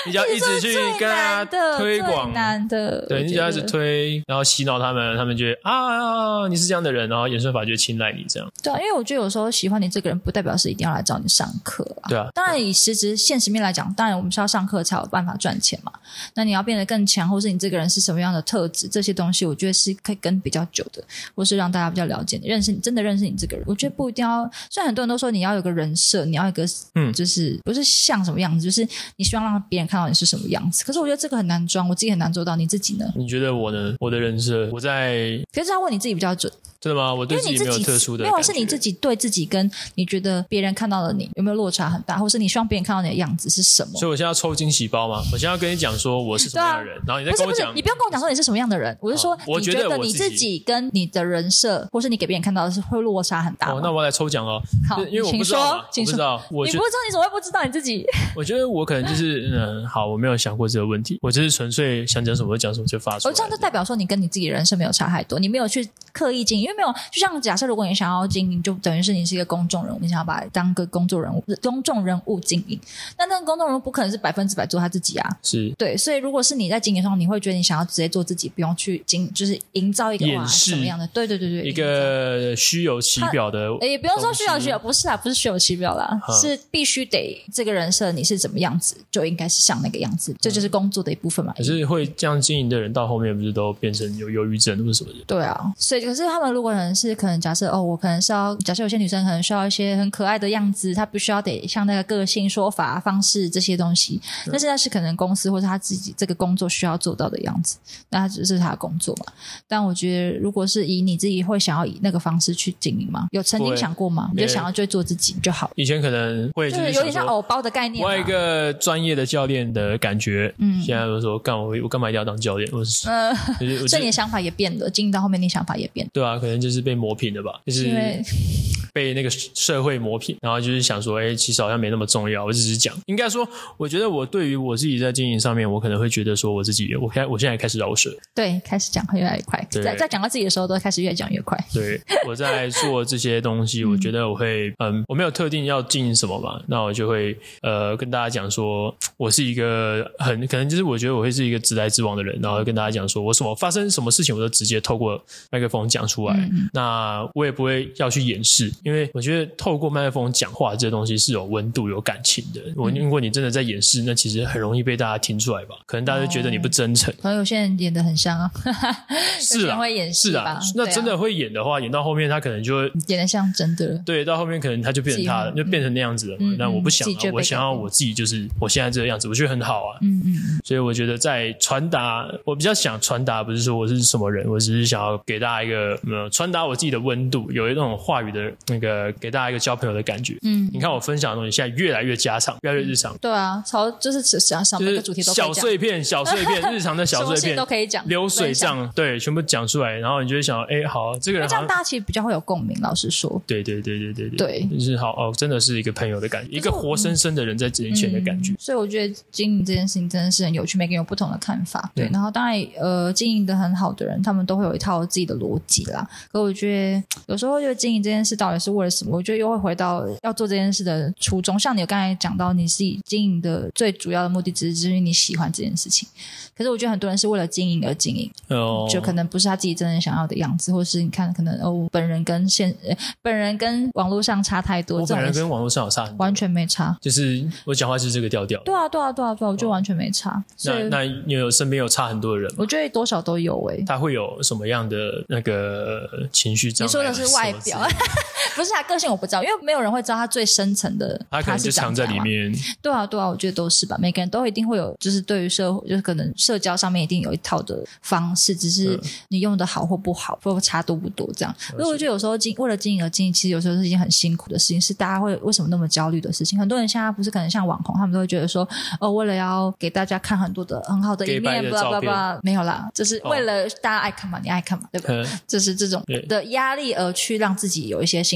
Speaker 1: 你只要一直去跟他推广，
Speaker 2: 最难的，
Speaker 1: 对，你只要一直推，然后洗脑他们，他们觉得啊你是这样的人，然后演算法就会青睐你这样。
Speaker 2: 对啊，因为我觉得有时候喜欢你这个人不代表是一定要来找你上课啊。
Speaker 1: 对啊，
Speaker 2: 当然以现实面来讲，当然我们是要上课才有办法赚钱嘛。那你要变得更强，或是你这个人是什么样的特质，这些东西我觉得是可以跟比较久的，或是让大家比较了解你，真的认识你这个人。我觉得不一定要，虽然很多人都说你要有个人设，你要有个就是不是像什么样子，就是你希望让别人看到你是什么样子。可是我觉得这个很难装，我自己很难做到。你自己呢？
Speaker 1: 你觉得我呢？我的人设，我在，
Speaker 2: 可是要问你自己比较准。
Speaker 1: 真的吗？我对自己没有特殊的感觉，
Speaker 2: 没有，是你自己对自己跟你觉得别人看到的你有没有落差很大，或是你希望别人看到你的样子是什么？
Speaker 1: 所以我现在要抽惊喜包吗？我现在要跟你讲说我是什么样的人，然后你再跟我讲，
Speaker 2: 你不用跟我讲说你是什么样的人，我是说你觉得你自己跟你的人设，或是你给别人看到的是会落差很大吗？
Speaker 1: 那我要来抽奖哦。
Speaker 2: 好，
Speaker 1: 因为我不知道嘛，
Speaker 2: 请说，
Speaker 1: 我不知道，
Speaker 2: 你不知道你怎么会不知道你自己？
Speaker 1: 我觉得我可能就是好，我没有想过这个问题，我就是纯粹想讲什么就讲什么就发出来。
Speaker 2: 这样就代表说你跟你自己的人设没有差太多，你没有去刻意经营，因为没有，就像假设如果你想要经营，就等于是你是一个公众人物，你想要把它当个公众人物经营，那个公众人物不可能是100%做他自己啊，
Speaker 1: 是
Speaker 2: 对，所以如果是你在经营的时候，你会觉得你想要直接做自己，不用去就是营造一个
Speaker 1: 掩饰
Speaker 2: 什么样的，对，
Speaker 1: 一个虚有其表的，
Speaker 2: 也不用说虚有其表，不是虚有其表啦，是必须得这个人设你是怎么样子，就应该是像那个样子，这就是工作的一部分嘛。
Speaker 1: 可是会这样经营的人，到后面不是都变成有忧郁症或者什么的？
Speaker 2: 对啊，所以可是他们如果可能假设我可能是要假设有些女生可能需要一些很可爱的样子，她必须要得像那个个性、说法、方式这些东西，但是那是可能公司或者他自己这个工作需要做到的样子，那他只是他的工作嘛。但我觉得如果是以你自己会想要以那个方式去经营吗？有曾经想过吗？你就想要就做自己就好。
Speaker 1: 以前可能会
Speaker 2: 就是有点像偶包的概念，
Speaker 1: 我有一个专业的教练的感觉，现在就说我干嘛一定要当教练？
Speaker 2: 所以你的想法也变了，经营到后面你想法也变了。
Speaker 1: 对啊，可能就是被磨平了吧，就是被那个社会磨平，然后就是想说其实好像没那么重要，我只是讲，应该说我觉得我对于我自己在经营上面，我可能会觉得说我自己我现在开始饶舌，
Speaker 2: 对，开始讲会越来越快，在讲到自己的时候都开始越讲越快。
Speaker 1: 对，我在做这些东西我觉得我会我没有特定要经营什么嘛，那我就会跟大家讲说我是一个可能就是我觉得我会是一个直来直往的人，然后跟大家讲说我发生什么事情我都直接透过麦克风讲出来，那我也不会要去掩饰，因为我觉得透过麦克风讲话这东西是有温度有感情的，如果你真的在掩饰，那其实很容易被大家听出来吧，可能大家就觉得你不真诚。
Speaker 2: 可能有些人演得很像啊，
Speaker 1: 是啊，
Speaker 2: 会演戏吧，
Speaker 1: 那真的会演的话，演到后面他可能就会
Speaker 2: 演得像真的了，
Speaker 1: 对，到后面可能他就变成他了，就变成那样子了嘛。那我不想啊，我想要我自己就是我现在这个样子，我觉得很好啊。所以我觉得在传达，我比较想传达，不是说我是什么人，我只是想要给大家一个传达我自己的温度，有一种话语的那个给大家一个交朋友的感觉。你看我分享的东西现在越来越家常，越来越日常。
Speaker 2: 对啊，就是想每个主题都可以讲，
Speaker 1: 小碎片日常的小碎片
Speaker 2: 都可以讲，
Speaker 1: 流水账，对，全部讲出来，然后你就会想好，这个人好像
Speaker 2: 这样大家其实比较会有共鸣，老实说。
Speaker 1: 对，就是好真的是一个朋友的感觉，一个活生生的人在眼前的感觉。
Speaker 2: 所以我觉得经营这件事情真的是很有趣，每个人有不同的看法。对，然后当然经营的很好的人，他们都会有一套自己的逻辑啦。可我觉得有时候就经营这件事到底是为了什么？我觉得又会回到要做这件事的初衷。像你刚才讲到，你是经营的最主要的目的只是因为你喜欢这件事情。可是我觉得很多人是为了经营而经营，就可能不是他自己真正想要的样子，或是你看可能本人跟网络上差太多。
Speaker 1: 我本人跟网络上有差很多，
Speaker 2: 完全没差，
Speaker 1: 就是我讲话就是这个调调。
Speaker 2: 对啊，我就完全没差。
Speaker 1: 那你身边有差很多的人吗？
Speaker 2: 我觉得多少都有他
Speaker 1: 会有什么样的那个情绪障碍？
Speaker 2: 你说的是外表不是他个性我不知道，因为没有人会知道他最深层的
Speaker 1: 他可能就藏在里面。
Speaker 2: 对啊，我觉得都是吧，每个人都一定会有，就是对于就是可能社交上面一定有一套的方式，只是你用的好或不好，或差多不多这样。所以我觉得有时候为了经营而经营，其实有时候是一件很辛苦的事情，是大家会为什么那么焦虑的事情。很多人现在不是可能像网红，他们都会觉得说为了要给大家看很多的很好的一面blah blah blah，没有啦，就是为了大家爱看嘛，你爱看嘛，对吧？就是这种的压力而去让自己有一些新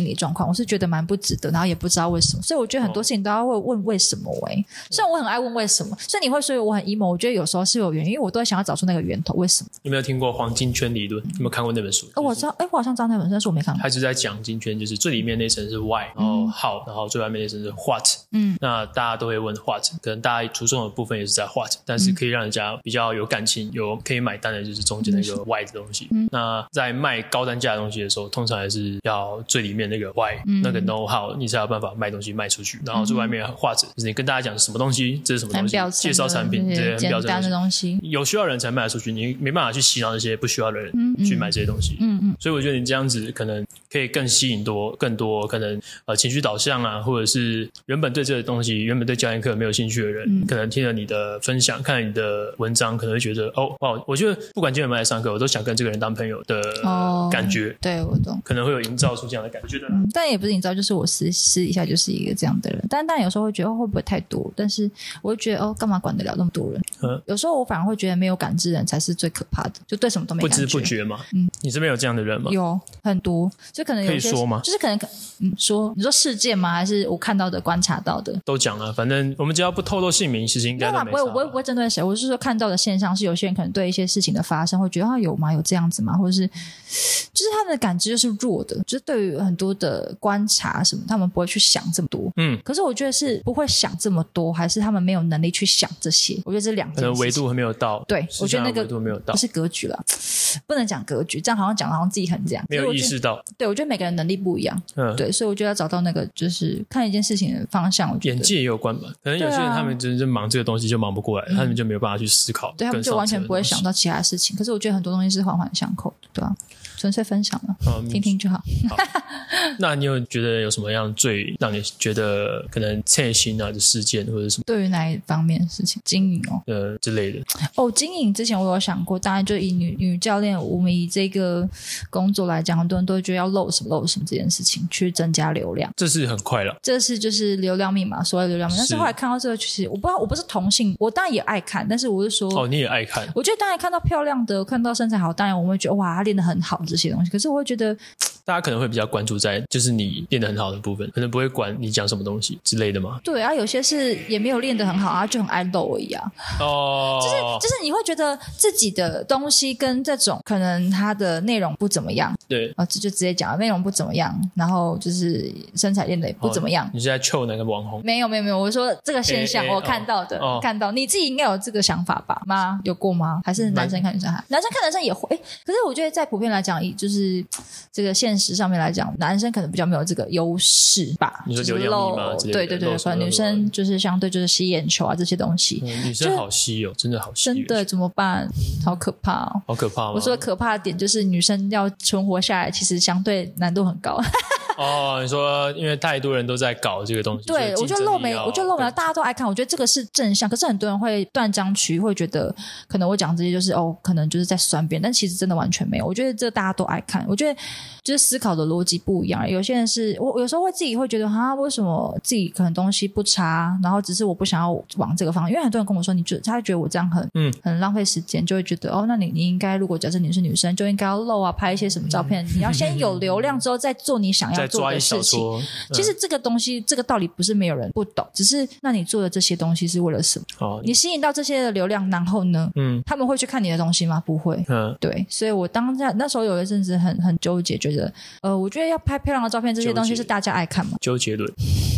Speaker 2: 理状况，我是觉得蛮不值得，然后也不知道为什么，所以我觉得很多事情都要会问为什么虽然我很爱问为什么，所以你会说我很 emo， 我觉得有时候是有原因，因为我都会想要找出那个源头为什么。
Speaker 1: 有没有听过黄金圈理论？有没有看过那本书？
Speaker 2: 我知道，我好像知道那本书，但是我没看过。
Speaker 1: 它是在讲金圈，就是最里面那层是 why， 然后 how， 然后最外面那层是 what。那大家都会问 what， 可能大家注重的部分也是在 what， 但是可以让人家比较有感情、有可以买单的，就是中间那个 why 的东西。那在卖高单价的东西的时候，通常还是要最里面那个 why，那个 know how， 你才有办法卖东西卖出去。然后最外面 what， 就是你跟大家讲什么东西，这是什么东西，介绍产品，这些很标准的东西，有需要的人才卖得出去，你没办法去洗脑那些不需要的人去买这些东西。所以我觉得你这样子可能可以更吸引更多可能情绪导向啊，或者是原本对这个东西、原本对教练课没有兴趣的人，可能听了你的分享、看了你的文章，可能会觉得我觉得不管今天有没有来上课，我都想跟这个人当朋友的感觉。对，我懂，可能会有营造出这样的感觉。
Speaker 2: 但也不是营造，就是我私底下就是一个这样的人。但有时候会觉得会不会太多，但是我会觉得干嘛管得了那么多人？有时候我反而会觉得没有感知人才是最可怕的，就对什么都没感觉，
Speaker 1: 不知不觉嘛。你身边有这样的人吗？
Speaker 2: 有很多，就可能有些
Speaker 1: 可以说吗？
Speaker 2: 就是可能说，你说事件吗？还是我看到的、观察到的？
Speaker 1: 都讲啊，反正我们只要不透露姓名，其实应该都没差。
Speaker 2: 我不会针对谁，我是说看到的现象是有些人可能对一些事情的发生会觉得有吗？有这样子吗？或者是就是他们的感知就是弱的，就是对于很多的观察什么，他们不会去想这么多。可是我觉得是不会想这么多，还是他们没有能力去想这些？我觉得这两件事情，
Speaker 1: 可能维度还没有到。
Speaker 2: 对，我觉得那个
Speaker 1: 维度没有到，
Speaker 2: 不是格局啦，不能讲格局，这样好像讲好像自己很这样，
Speaker 1: 没有意识到。
Speaker 2: 对，我觉得每个人能力不一样。对，所以我觉得要找到那个就是看一件事情的方向。我觉得
Speaker 1: 眼界也有关吧，可能有些人他们真正忙这个东西就忙不过来，他们就没有办法去思考，
Speaker 2: 对，他们就完全不会想到其他事情。可是我觉得很多东西是环环相扣的，对吧？纯粹分享了，听听就好。
Speaker 1: 那你有觉得有什么样最让你觉得可能刺心啊的事件或者什么？
Speaker 2: 对于哪一方面的事情？经营
Speaker 1: 之类的。
Speaker 2: 经营之前我有想过，当然就以女教练，我们以这个工作来讲，很多人都觉得要露什么这件事情去增加流量，
Speaker 1: 这是很快了。
Speaker 2: 这是就是流量密码，所谓流量密码。但是后来看到这个，其实我不知道，我不是同性，我当然也爱看，但是我是说，
Speaker 1: 你也爱看。
Speaker 2: 我觉得当然看到漂亮的，看到身材好，当然我们会觉得哇，她练得很好这些东西。可是我会觉得，
Speaker 1: 大家可能会比较关注在就是你练得很好的部分，可能不会管你讲什么东西之类的嘛。
Speaker 2: 对啊，有些是也没有练得很好啊，就很爱露而已啊。就是你会觉得自己的东西跟这种可能它的内容不怎么样，
Speaker 1: 对
Speaker 2: 就直接讲内容不怎么样，然后就是身材练得也不怎么样。
Speaker 1: 你是在臭哪个网红？
Speaker 2: 没有，我说这个现象我看到的，看到你自己应该有这个想法吧？吗？有过吗？还是男生看女生还？男生看男生也会。可是我觉得在普遍来讲，就是这个现实上面来讲，男生可能比较没有这个优势吧。
Speaker 1: 你说流量密码之类的？
Speaker 2: 对，可能女生就是相对就是吸眼球啊这些东西。
Speaker 1: 女生好吸真的好吸，
Speaker 2: 真的怎么办？好可怕哦！
Speaker 1: 好可怕吗？
Speaker 2: 我说可怕的点就是女生要存活下来，其实相对难度很高。
Speaker 1: 你说因为太多人都在搞这个东西，
Speaker 2: 对，我觉得露眉大家都爱看，我觉得这个是正向。可是很多人会断章取义，会觉得可能我讲这些就是可能就是在酸别人，但其实真的完全没有。我觉得这大家都爱看，我觉得就是思考的逻辑不一样。有些人是我有时候会自己会觉得为什么自己可能东西不差，然后只是我不想要往这个方向，因为很多人跟我说他会觉得我这样很浪费时间，就会觉得那你应该如果假设你是女生就应该要露啊，拍一些什么照片，你要先有流量之后再做你想要做的事情。其实这个东西这个道理不是没有人不懂，只是那你做的这些东西是为了什么？你吸引到这些的流量，然后呢他们会去看你的东西吗？不会。对，所以我那时候有一阵子很纠结，觉得我觉得要拍漂亮的照片，这些东西是大家爱看嘛。周杰伦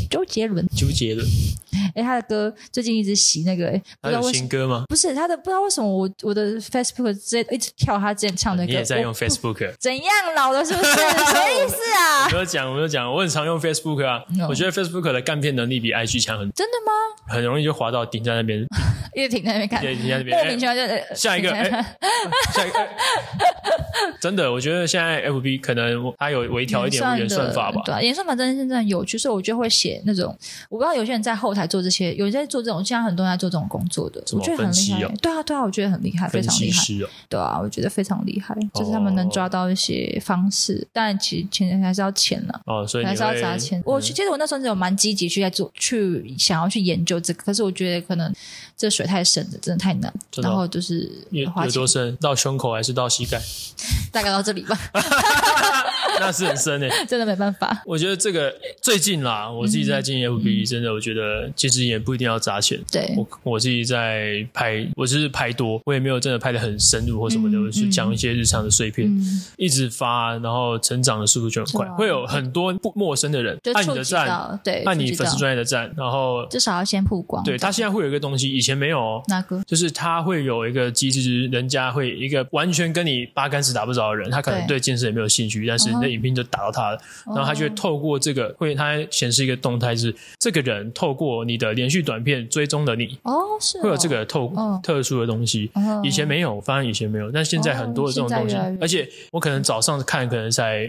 Speaker 2: 他的歌最近一直洗那个
Speaker 1: 他有新歌吗？
Speaker 2: 不是他的，不知道为什么我的 Facebook 直接一直跳他之前唱的歌。
Speaker 1: 你也在用 Facebook？
Speaker 2: 怎样老了是不是？什么意思啊？
Speaker 1: 我没有讲，我很常用 Facebook 啊。我觉得 Facebook 的干片能力比 IG 强很多。
Speaker 2: 真的吗？
Speaker 1: 很容易就滑到停在那边，
Speaker 2: 一直停在那边看，
Speaker 1: 停在那边，
Speaker 2: 莫名其妙就
Speaker 1: 下一个，下一个。真的，我觉得现在 FB 可能它有微调一点演算法吧。
Speaker 2: 对啊，演算法真的现在很有趣，所以我就会写那种，我不知道有些人在后台做这些，有些在做这种，现在很多人在做这种工作的，我觉得很厉害。对啊，我觉得很厉害，非常厉害。对啊，我觉得非常厉害，就是他们能抓到一些方式，当然其实钱还是要钱啦。
Speaker 1: 所以
Speaker 2: 还是要砸钱。我其实我那时候有蛮积极去在做，去想要去研究这个，可是我觉得可能这水太深了，真的太难。然后就是
Speaker 1: 有多深？到胸口还是到膝盖？
Speaker 2: 大概到这里吧。
Speaker 1: 那是很深欸
Speaker 2: 真的没办法。
Speaker 1: 我觉得这个最近啦，我自己在经营 FB，真的我觉得其实也不一定要砸钱。
Speaker 2: 对，
Speaker 1: 我自己在拍，我就是拍多，我也没有真的拍得很深入或什么的，我去讲一些日常的碎片，一直发，然后成长的速度就很快，会有很多不陌生的人按你的赞，
Speaker 2: 对，
Speaker 1: 按你粉丝专页的赞，然后
Speaker 2: 至少要先曝光。
Speaker 1: 对，他现在会有一个东西，以前没有哦。
Speaker 2: 哪个？
Speaker 1: 就是他会有一个机制，就是人家会一个完全跟你八竿子打不着的人，他可能对健身也没有兴趣，但是你的影片就打到他了，然后他就会透过这个，他显示一个动态，是这个人透过你的连续短片追踪了你。是会有这个特殊的东西，以前没有，我发现以前没有，但现在很多的这种东西，而且我可能早上看可能才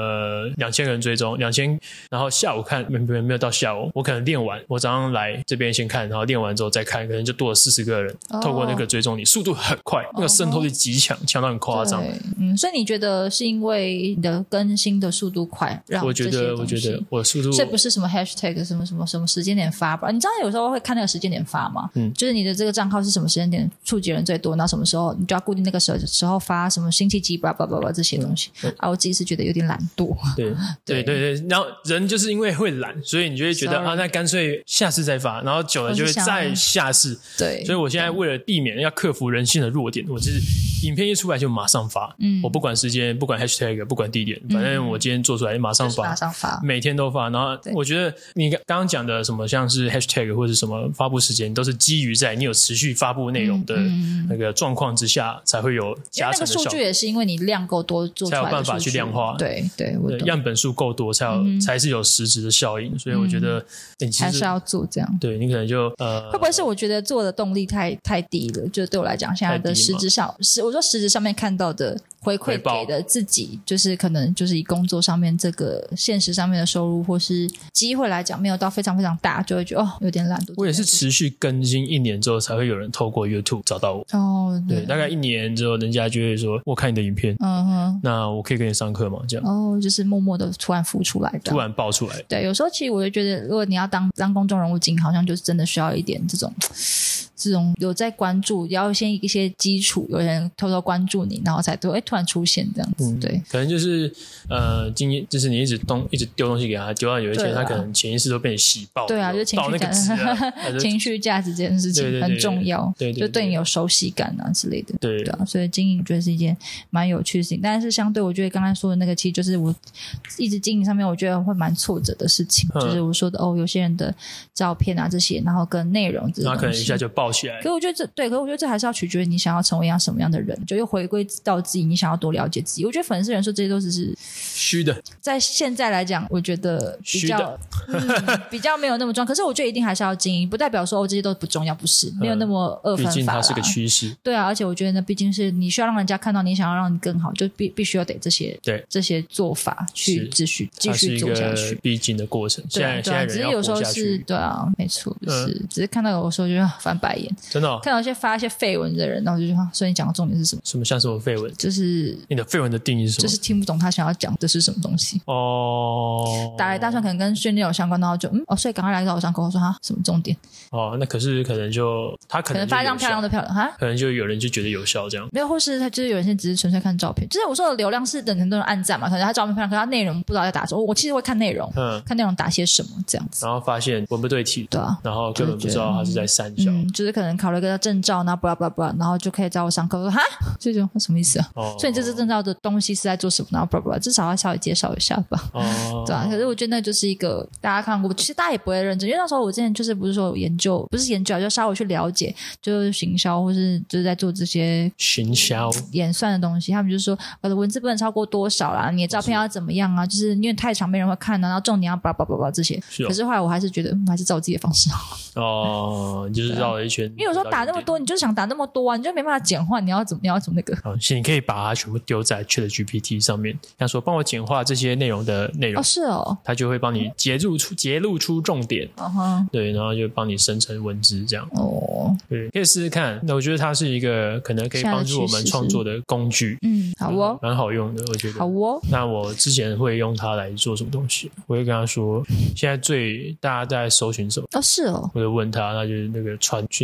Speaker 1: 2000个人追踪2000，然后下午看没有到下午，我可能练完，我早上来这边先看，然后练完之后再看，可能就多了40个人透过那个追踪你，速度很快，那个渗透力极强，强到很夸张。
Speaker 2: 所以你觉得是因为你的更新的速度快，让
Speaker 1: 我觉得我速度，
Speaker 2: 这不是什么 hashtag 什么时间点发吧？你知道有时候会看那个时间点发吗？就是你的这个账号是什么时间点触及人最多，然后什么时候你就要固定那个时候发什么星期几吧这些东西我自己是觉得有点懒惰。
Speaker 1: 对，然后人就是因为会懒，所以你就会觉得那干脆下次再发，然后久了就会再下次。对，所以我现在为了避免要克服人性的弱点，我就是影片一出来就马上发，我不管时间，不管 hashtag， 不管地点，反正我今天做出来马上发，每天都发。然后我觉得你刚刚讲的什么像是 hashtag 或者什么发布时间，都是基于在你有持续发布内容的那个状况之下才会有加成的效果。那个数据也是因为你量够多做出来的才有办法去量化。对，样本数够多才是有实质的效应。所以我觉得你其实
Speaker 2: 还是要做这样。
Speaker 1: 对，你可能就
Speaker 2: 会不会是我觉得做的动力太低了？就对我来讲，现在的实质上我说实质上面看到的回馈给的自己，就是可能就是以工作上面这个现实上面的收入或是机会来讲，没有到非常非常大，就会觉得有点懒惰。
Speaker 1: 我也是持续更新1年之后，才会有人透过 YouTube 找到我。对，大概1年之后，人家就会说：“我看你的影片，那我可以跟你上课吗？”这样
Speaker 2: 就是默默的突然浮出来的，
Speaker 1: 突然爆出来。对，
Speaker 2: 有时候其实我就觉得，如果你要当公众人物经营，好像就是真的需要一点这种有在关注，要先一些基础，有人偷偷关注你，然后才突然出现这样子。对，
Speaker 1: 可能就是就是你一直丢东西给他，丢到有一天他可能潜意识都被你洗爆。
Speaker 2: 对啊，就情绪价值，情绪价值这件事情很重要，就对你有熟悉感啊之类的。对啊，所以经营觉得是一件蛮有趣的事情，但是相对我觉得刚才说的那个，其实就是我一直经营上面，我觉得会蛮挫折的事情，就是我说的有些人的照片啊这些，然后跟内容这些东西，
Speaker 1: 那可能一下就爆起来。
Speaker 2: 可是我觉得这还是要取决于你想要成为什么样的人，就又回归到自己，你想要多了解自己。我觉得粉丝人数这些都只是
Speaker 1: 虚的，
Speaker 2: 在现在来讲，我觉得比较没有那么重要。可是我觉得一定还是要经营，不代表说这些都不重要，不是没有那么二分法啦。
Speaker 1: 毕竟它是个趋势。
Speaker 2: 对啊，而且我觉得呢，毕竟是你需要让人家看到你想要让你更好，就必须要得这些做法去继续做下去。它是一个必经
Speaker 1: 的过程。
Speaker 2: 现在人要活下去，只是有时候是对啊，没错，只是看到有时候就翻白眼。真的看到发一些废文的人，然后就说，所以你讲的重点是什么？
Speaker 1: 什么像什么废文？
Speaker 2: 就是
Speaker 1: 你的废文的定义是什么？
Speaker 2: 就是听不懂他想要讲的是什么东西。打来大串可能跟训练有相关，然后就所以赶快来找我上课。我说什么重点？
Speaker 1: 那可能就他可能
Speaker 2: 发一张漂亮的
Speaker 1: 可能就有人就觉得有效这样。
Speaker 2: 没有，或是他就是有人只是纯粹看照片。就是我说的流量是等很多人按赞嘛，可能他照片漂亮，可是他内容不知道在打什么。我其实会看内容，看内容打些什么这样子。
Speaker 1: 然后发现文不对题，
Speaker 2: 对啊，
Speaker 1: 然后根本不知道他是在三小。
Speaker 2: 就是可能考了一个证照，然后然后就可以找我上课。我说这种什么意思啊？所以你这次证照的东西是在做什么？然后至少要稍微介绍一下吧。对啊，可是我觉得那就是一个大家看过，其实大家也不会认真，因为那时候我之前就是不是说有研究，不是研究，就稍微去了解，就是行销或是就是在做这些
Speaker 1: 行销
Speaker 2: 演算的东西。他们就是说我的文字不能超过多少啦，你的照片要怎么样啊？就是因为太长没人会看啊，然后重点要这些。可是后来我还是觉得还是照自己的方式好。
Speaker 1: 你就是绕了一圈。
Speaker 2: 因为有时候打那么多，你就想打那么多啊，你就没办法简化，你要怎么那个？
Speaker 1: 你可以把它全部丢在 ChatGPT 上面，他说帮我简化这些内容的内容。
Speaker 2: 是哦，
Speaker 1: 他就会帮你截录出重点。对，然后就帮你生成文字这样。对，可以试试看。那我觉得它是一个可能可以帮助我们创作的工具。
Speaker 2: 好哦，
Speaker 1: 蛮好用的，我觉得。
Speaker 2: 好哦。
Speaker 1: 那我之前会用它来做什么东西？我会跟他说，现在大家在搜寻什么？
Speaker 2: 是哦。
Speaker 1: 我就问他，他就是那个传讯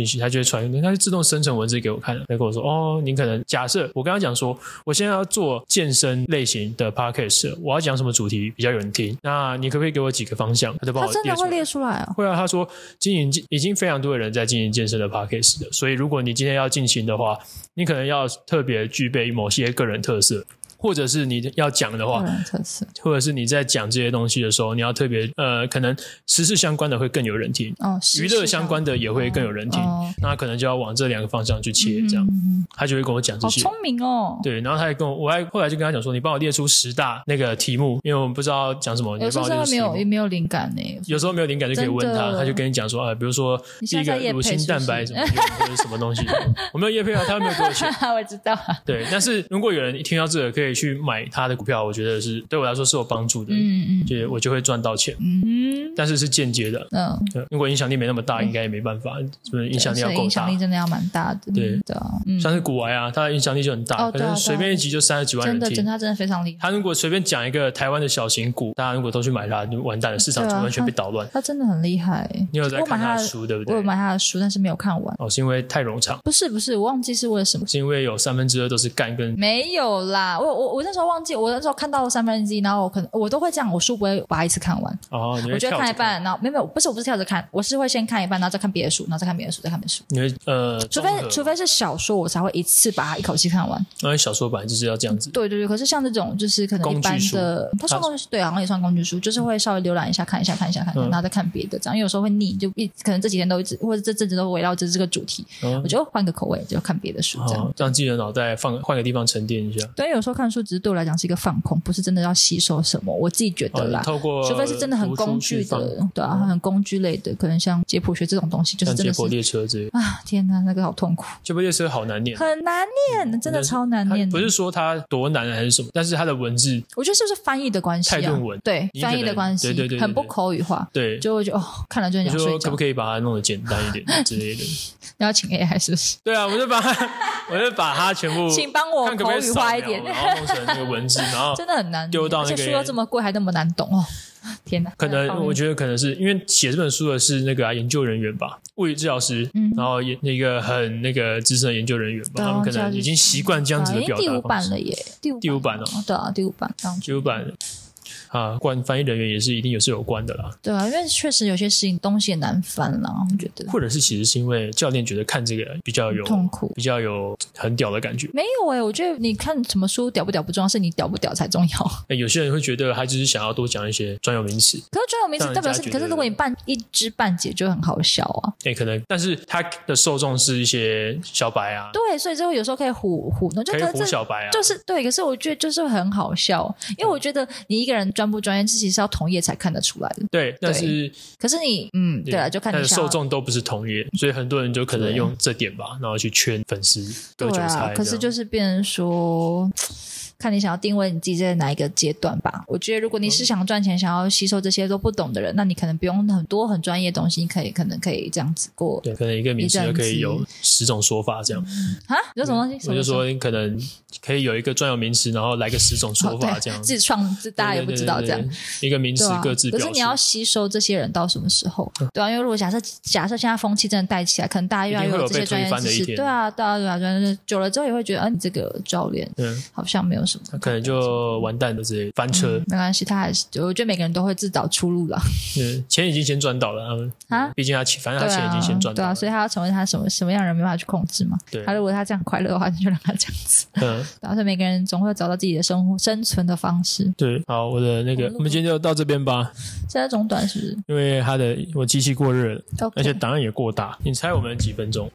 Speaker 1: 息，他就会传，他就自动生成文字给我看，他跟我说哦，你可能假设我跟他讲说，我现在要做健身类型的 podcast， 我要讲什么主题比较有人听，那你可不可以给我几个方向？他就帮我
Speaker 2: 他真的会列出来啊？
Speaker 1: 会啊，他说已经非常多的人在经营健身的 podcast 的，所以如果你今天要进行的话，你可能要特别具备某些个人特色。或者是你要讲的话，或者是你在讲这些东西的时候，你要特别可能时事相关的会更有人听，娱乐相关的也会更有人听，那可能就要往这两个方向去切，这样，他就会跟我讲这些。
Speaker 2: 好聪明哦！
Speaker 1: 对，然后他还跟我还后来就跟他讲说，你帮我列出10大那个题目，因为我们不知道讲什么，
Speaker 2: 有时候也没有灵感呢。
Speaker 1: 有时候没有灵感就可以问他，他就跟你讲说，比如说第一个乳清蛋白什么用，或者什么东西，我没有业配啊，他没有给我钱，
Speaker 2: 我知道。
Speaker 1: 对，但是如果有人听到这个，可以去买他的股票，我觉得是对我来说是有帮助的，就我就会赚到钱，但是是间接的，对，如果影响力没那么大，应该也没办法，影响力要够大，
Speaker 2: 影响力真的要蛮大的，
Speaker 1: 对，像是股癌啊，他的影响力就很大，可能随便一集就30几万人听，
Speaker 2: 真的他真的非常厉害。
Speaker 1: 他如果随便讲一个台湾的小型股，大家如果都去买它，就完蛋了，市场就完全被捣乱。
Speaker 2: 他真的很厉害。
Speaker 1: 你有在看他的书对不对？
Speaker 2: 我有买他的书，但是没有看完。
Speaker 1: 是因为太冗长？
Speaker 2: 不是，我忘记是为了什么。
Speaker 1: 是因为有2/3都是干跟
Speaker 2: 没有啦，我那时候忘记，我那时候看到了1/3，然后我都会这样，我书不会把它一次看完。
Speaker 1: 你会
Speaker 2: 我觉得看一半，然后没有，不是跳着看，我是会先看一半，然后再看别的书，然后再看别的书，再看别的书。
Speaker 1: 你会
Speaker 2: 除非是小说，我才会一次把它一口气看完。
Speaker 1: 因为小说本来就是要这样子。
Speaker 2: 对，可是像这种就是可能一般的，它算工具书，对，好像也算工具书，就是会稍微浏览一下，看一下，然后再看别的，这样。因为有时候会腻，就可能这几天都一直，或者这阵子都围绕着这个主题，我就换个口味，就看别的书，这样
Speaker 1: 让自己的脑袋换个地方沉淀一下。
Speaker 2: 对，有时候看书只是对我来讲是一个放空，不是真的要吸收什么，我自己觉得啦。
Speaker 1: 透过
Speaker 2: 除非是真的很工具的，对啊，很工具类的，可能像解剖学这种东西，就是真的是
Speaker 1: 解剖列车之类的
Speaker 2: 啊！天哪，那个好痛苦。
Speaker 1: 解剖列车好难念，
Speaker 2: 很难念，真的超难念。
Speaker 1: 不是说它多难还是什么，但是它的文字，
Speaker 2: 我觉得是不是翻译的关系啊？
Speaker 1: 太论文，
Speaker 2: 对，翻译的关系，对，很不口语化，
Speaker 1: 对，
Speaker 2: 就会觉得看了就很想睡觉。
Speaker 1: 你说可不可以把它弄得简单一点之类的？
Speaker 2: 你要请 AI 是不是？
Speaker 1: 对啊，我就把它全部，
Speaker 2: 请帮我口语化一点，
Speaker 1: 然后弄成那个文字，然后
Speaker 2: 真的很难
Speaker 1: 丢到那个，
Speaker 2: 而且书又这么贵，还那么难懂哦。天哪！
Speaker 1: 可能我觉得可能是因为写这本书的是那个研究人员吧，物理治疗师，然后那个很那个资深的研究人员吧，他们可能已经习惯这样子的表达方式。
Speaker 2: 第5版了耶，第5版哦，对啊，第5版，
Speaker 1: 第5版。翻译人员也是一定有关的啦。对
Speaker 2: 啊，因为确实有些事情东西也难翻啦，我觉得。
Speaker 1: 或者是其实是因为教练觉得看这个比较有
Speaker 2: 痛苦，
Speaker 1: 比较有很屌的感觉。
Speaker 2: 没有我觉得你看什么书屌不屌不重要，是你屌不屌才重要。
Speaker 1: 有些人会觉得他只是想要多讲一些专有名词，
Speaker 2: 可是专有名词代表是，可是如果你一知半解就很好笑啊。
Speaker 1: 可能，但是他的受众是一些小白啊。
Speaker 2: 对，所以就有时候可以唬弄，就
Speaker 1: 可以唬小白啊。
Speaker 2: 就是对，可是我觉得就是很好笑，因为我觉得你一个人专不专业，自己是要同业才看得出来的。
Speaker 1: 对，但是
Speaker 2: 可是你对了，就看你
Speaker 1: 受众都不是同业，所以很多人就可能用这点吧，然后去圈粉丝割韭菜。
Speaker 2: 可是就是变成说，看你想要定位你自己在哪一个阶段吧。我觉得如果你是想赚钱，想要吸收这些都不懂的人，那你可能不用很多很专业的东西，你可能可以这样子过。
Speaker 1: 对，可能一个名词就可以有10种说法这样。
Speaker 2: 有什么东西？
Speaker 1: 我就说你可能可以有一个专有名词，然后来个10种说法这样。
Speaker 2: 自己创，大家也不知道这样。
Speaker 1: 一个名词各自表示。
Speaker 2: 可是你要吸收这些人到什么时候？对啊，因为如果假设现在风气真的带起来，可能大家越来越有这些专业知识。对啊，大家专业久了之后也会觉得，你这个教练好像没有什么。
Speaker 1: 他可能就完蛋了，直接翻车。
Speaker 2: 没关系，他还是我觉得每个人都会自找出路啦。
Speaker 1: 钱已经先赚到了，他们毕竟反正他钱已经先赚到了。
Speaker 2: 对啊，所以他要成为他什么样的人没办法去控制嘛。
Speaker 1: 对，
Speaker 2: 他如果他这样快乐的话，就让他这样子。然后每个人总会找到自己的生存的方式。对，
Speaker 1: 好，我的那个，我们今天就到这边吧。
Speaker 2: 现在中短是不是？
Speaker 1: 因为我机器过热了，而且档案也过大。你猜我们几分钟？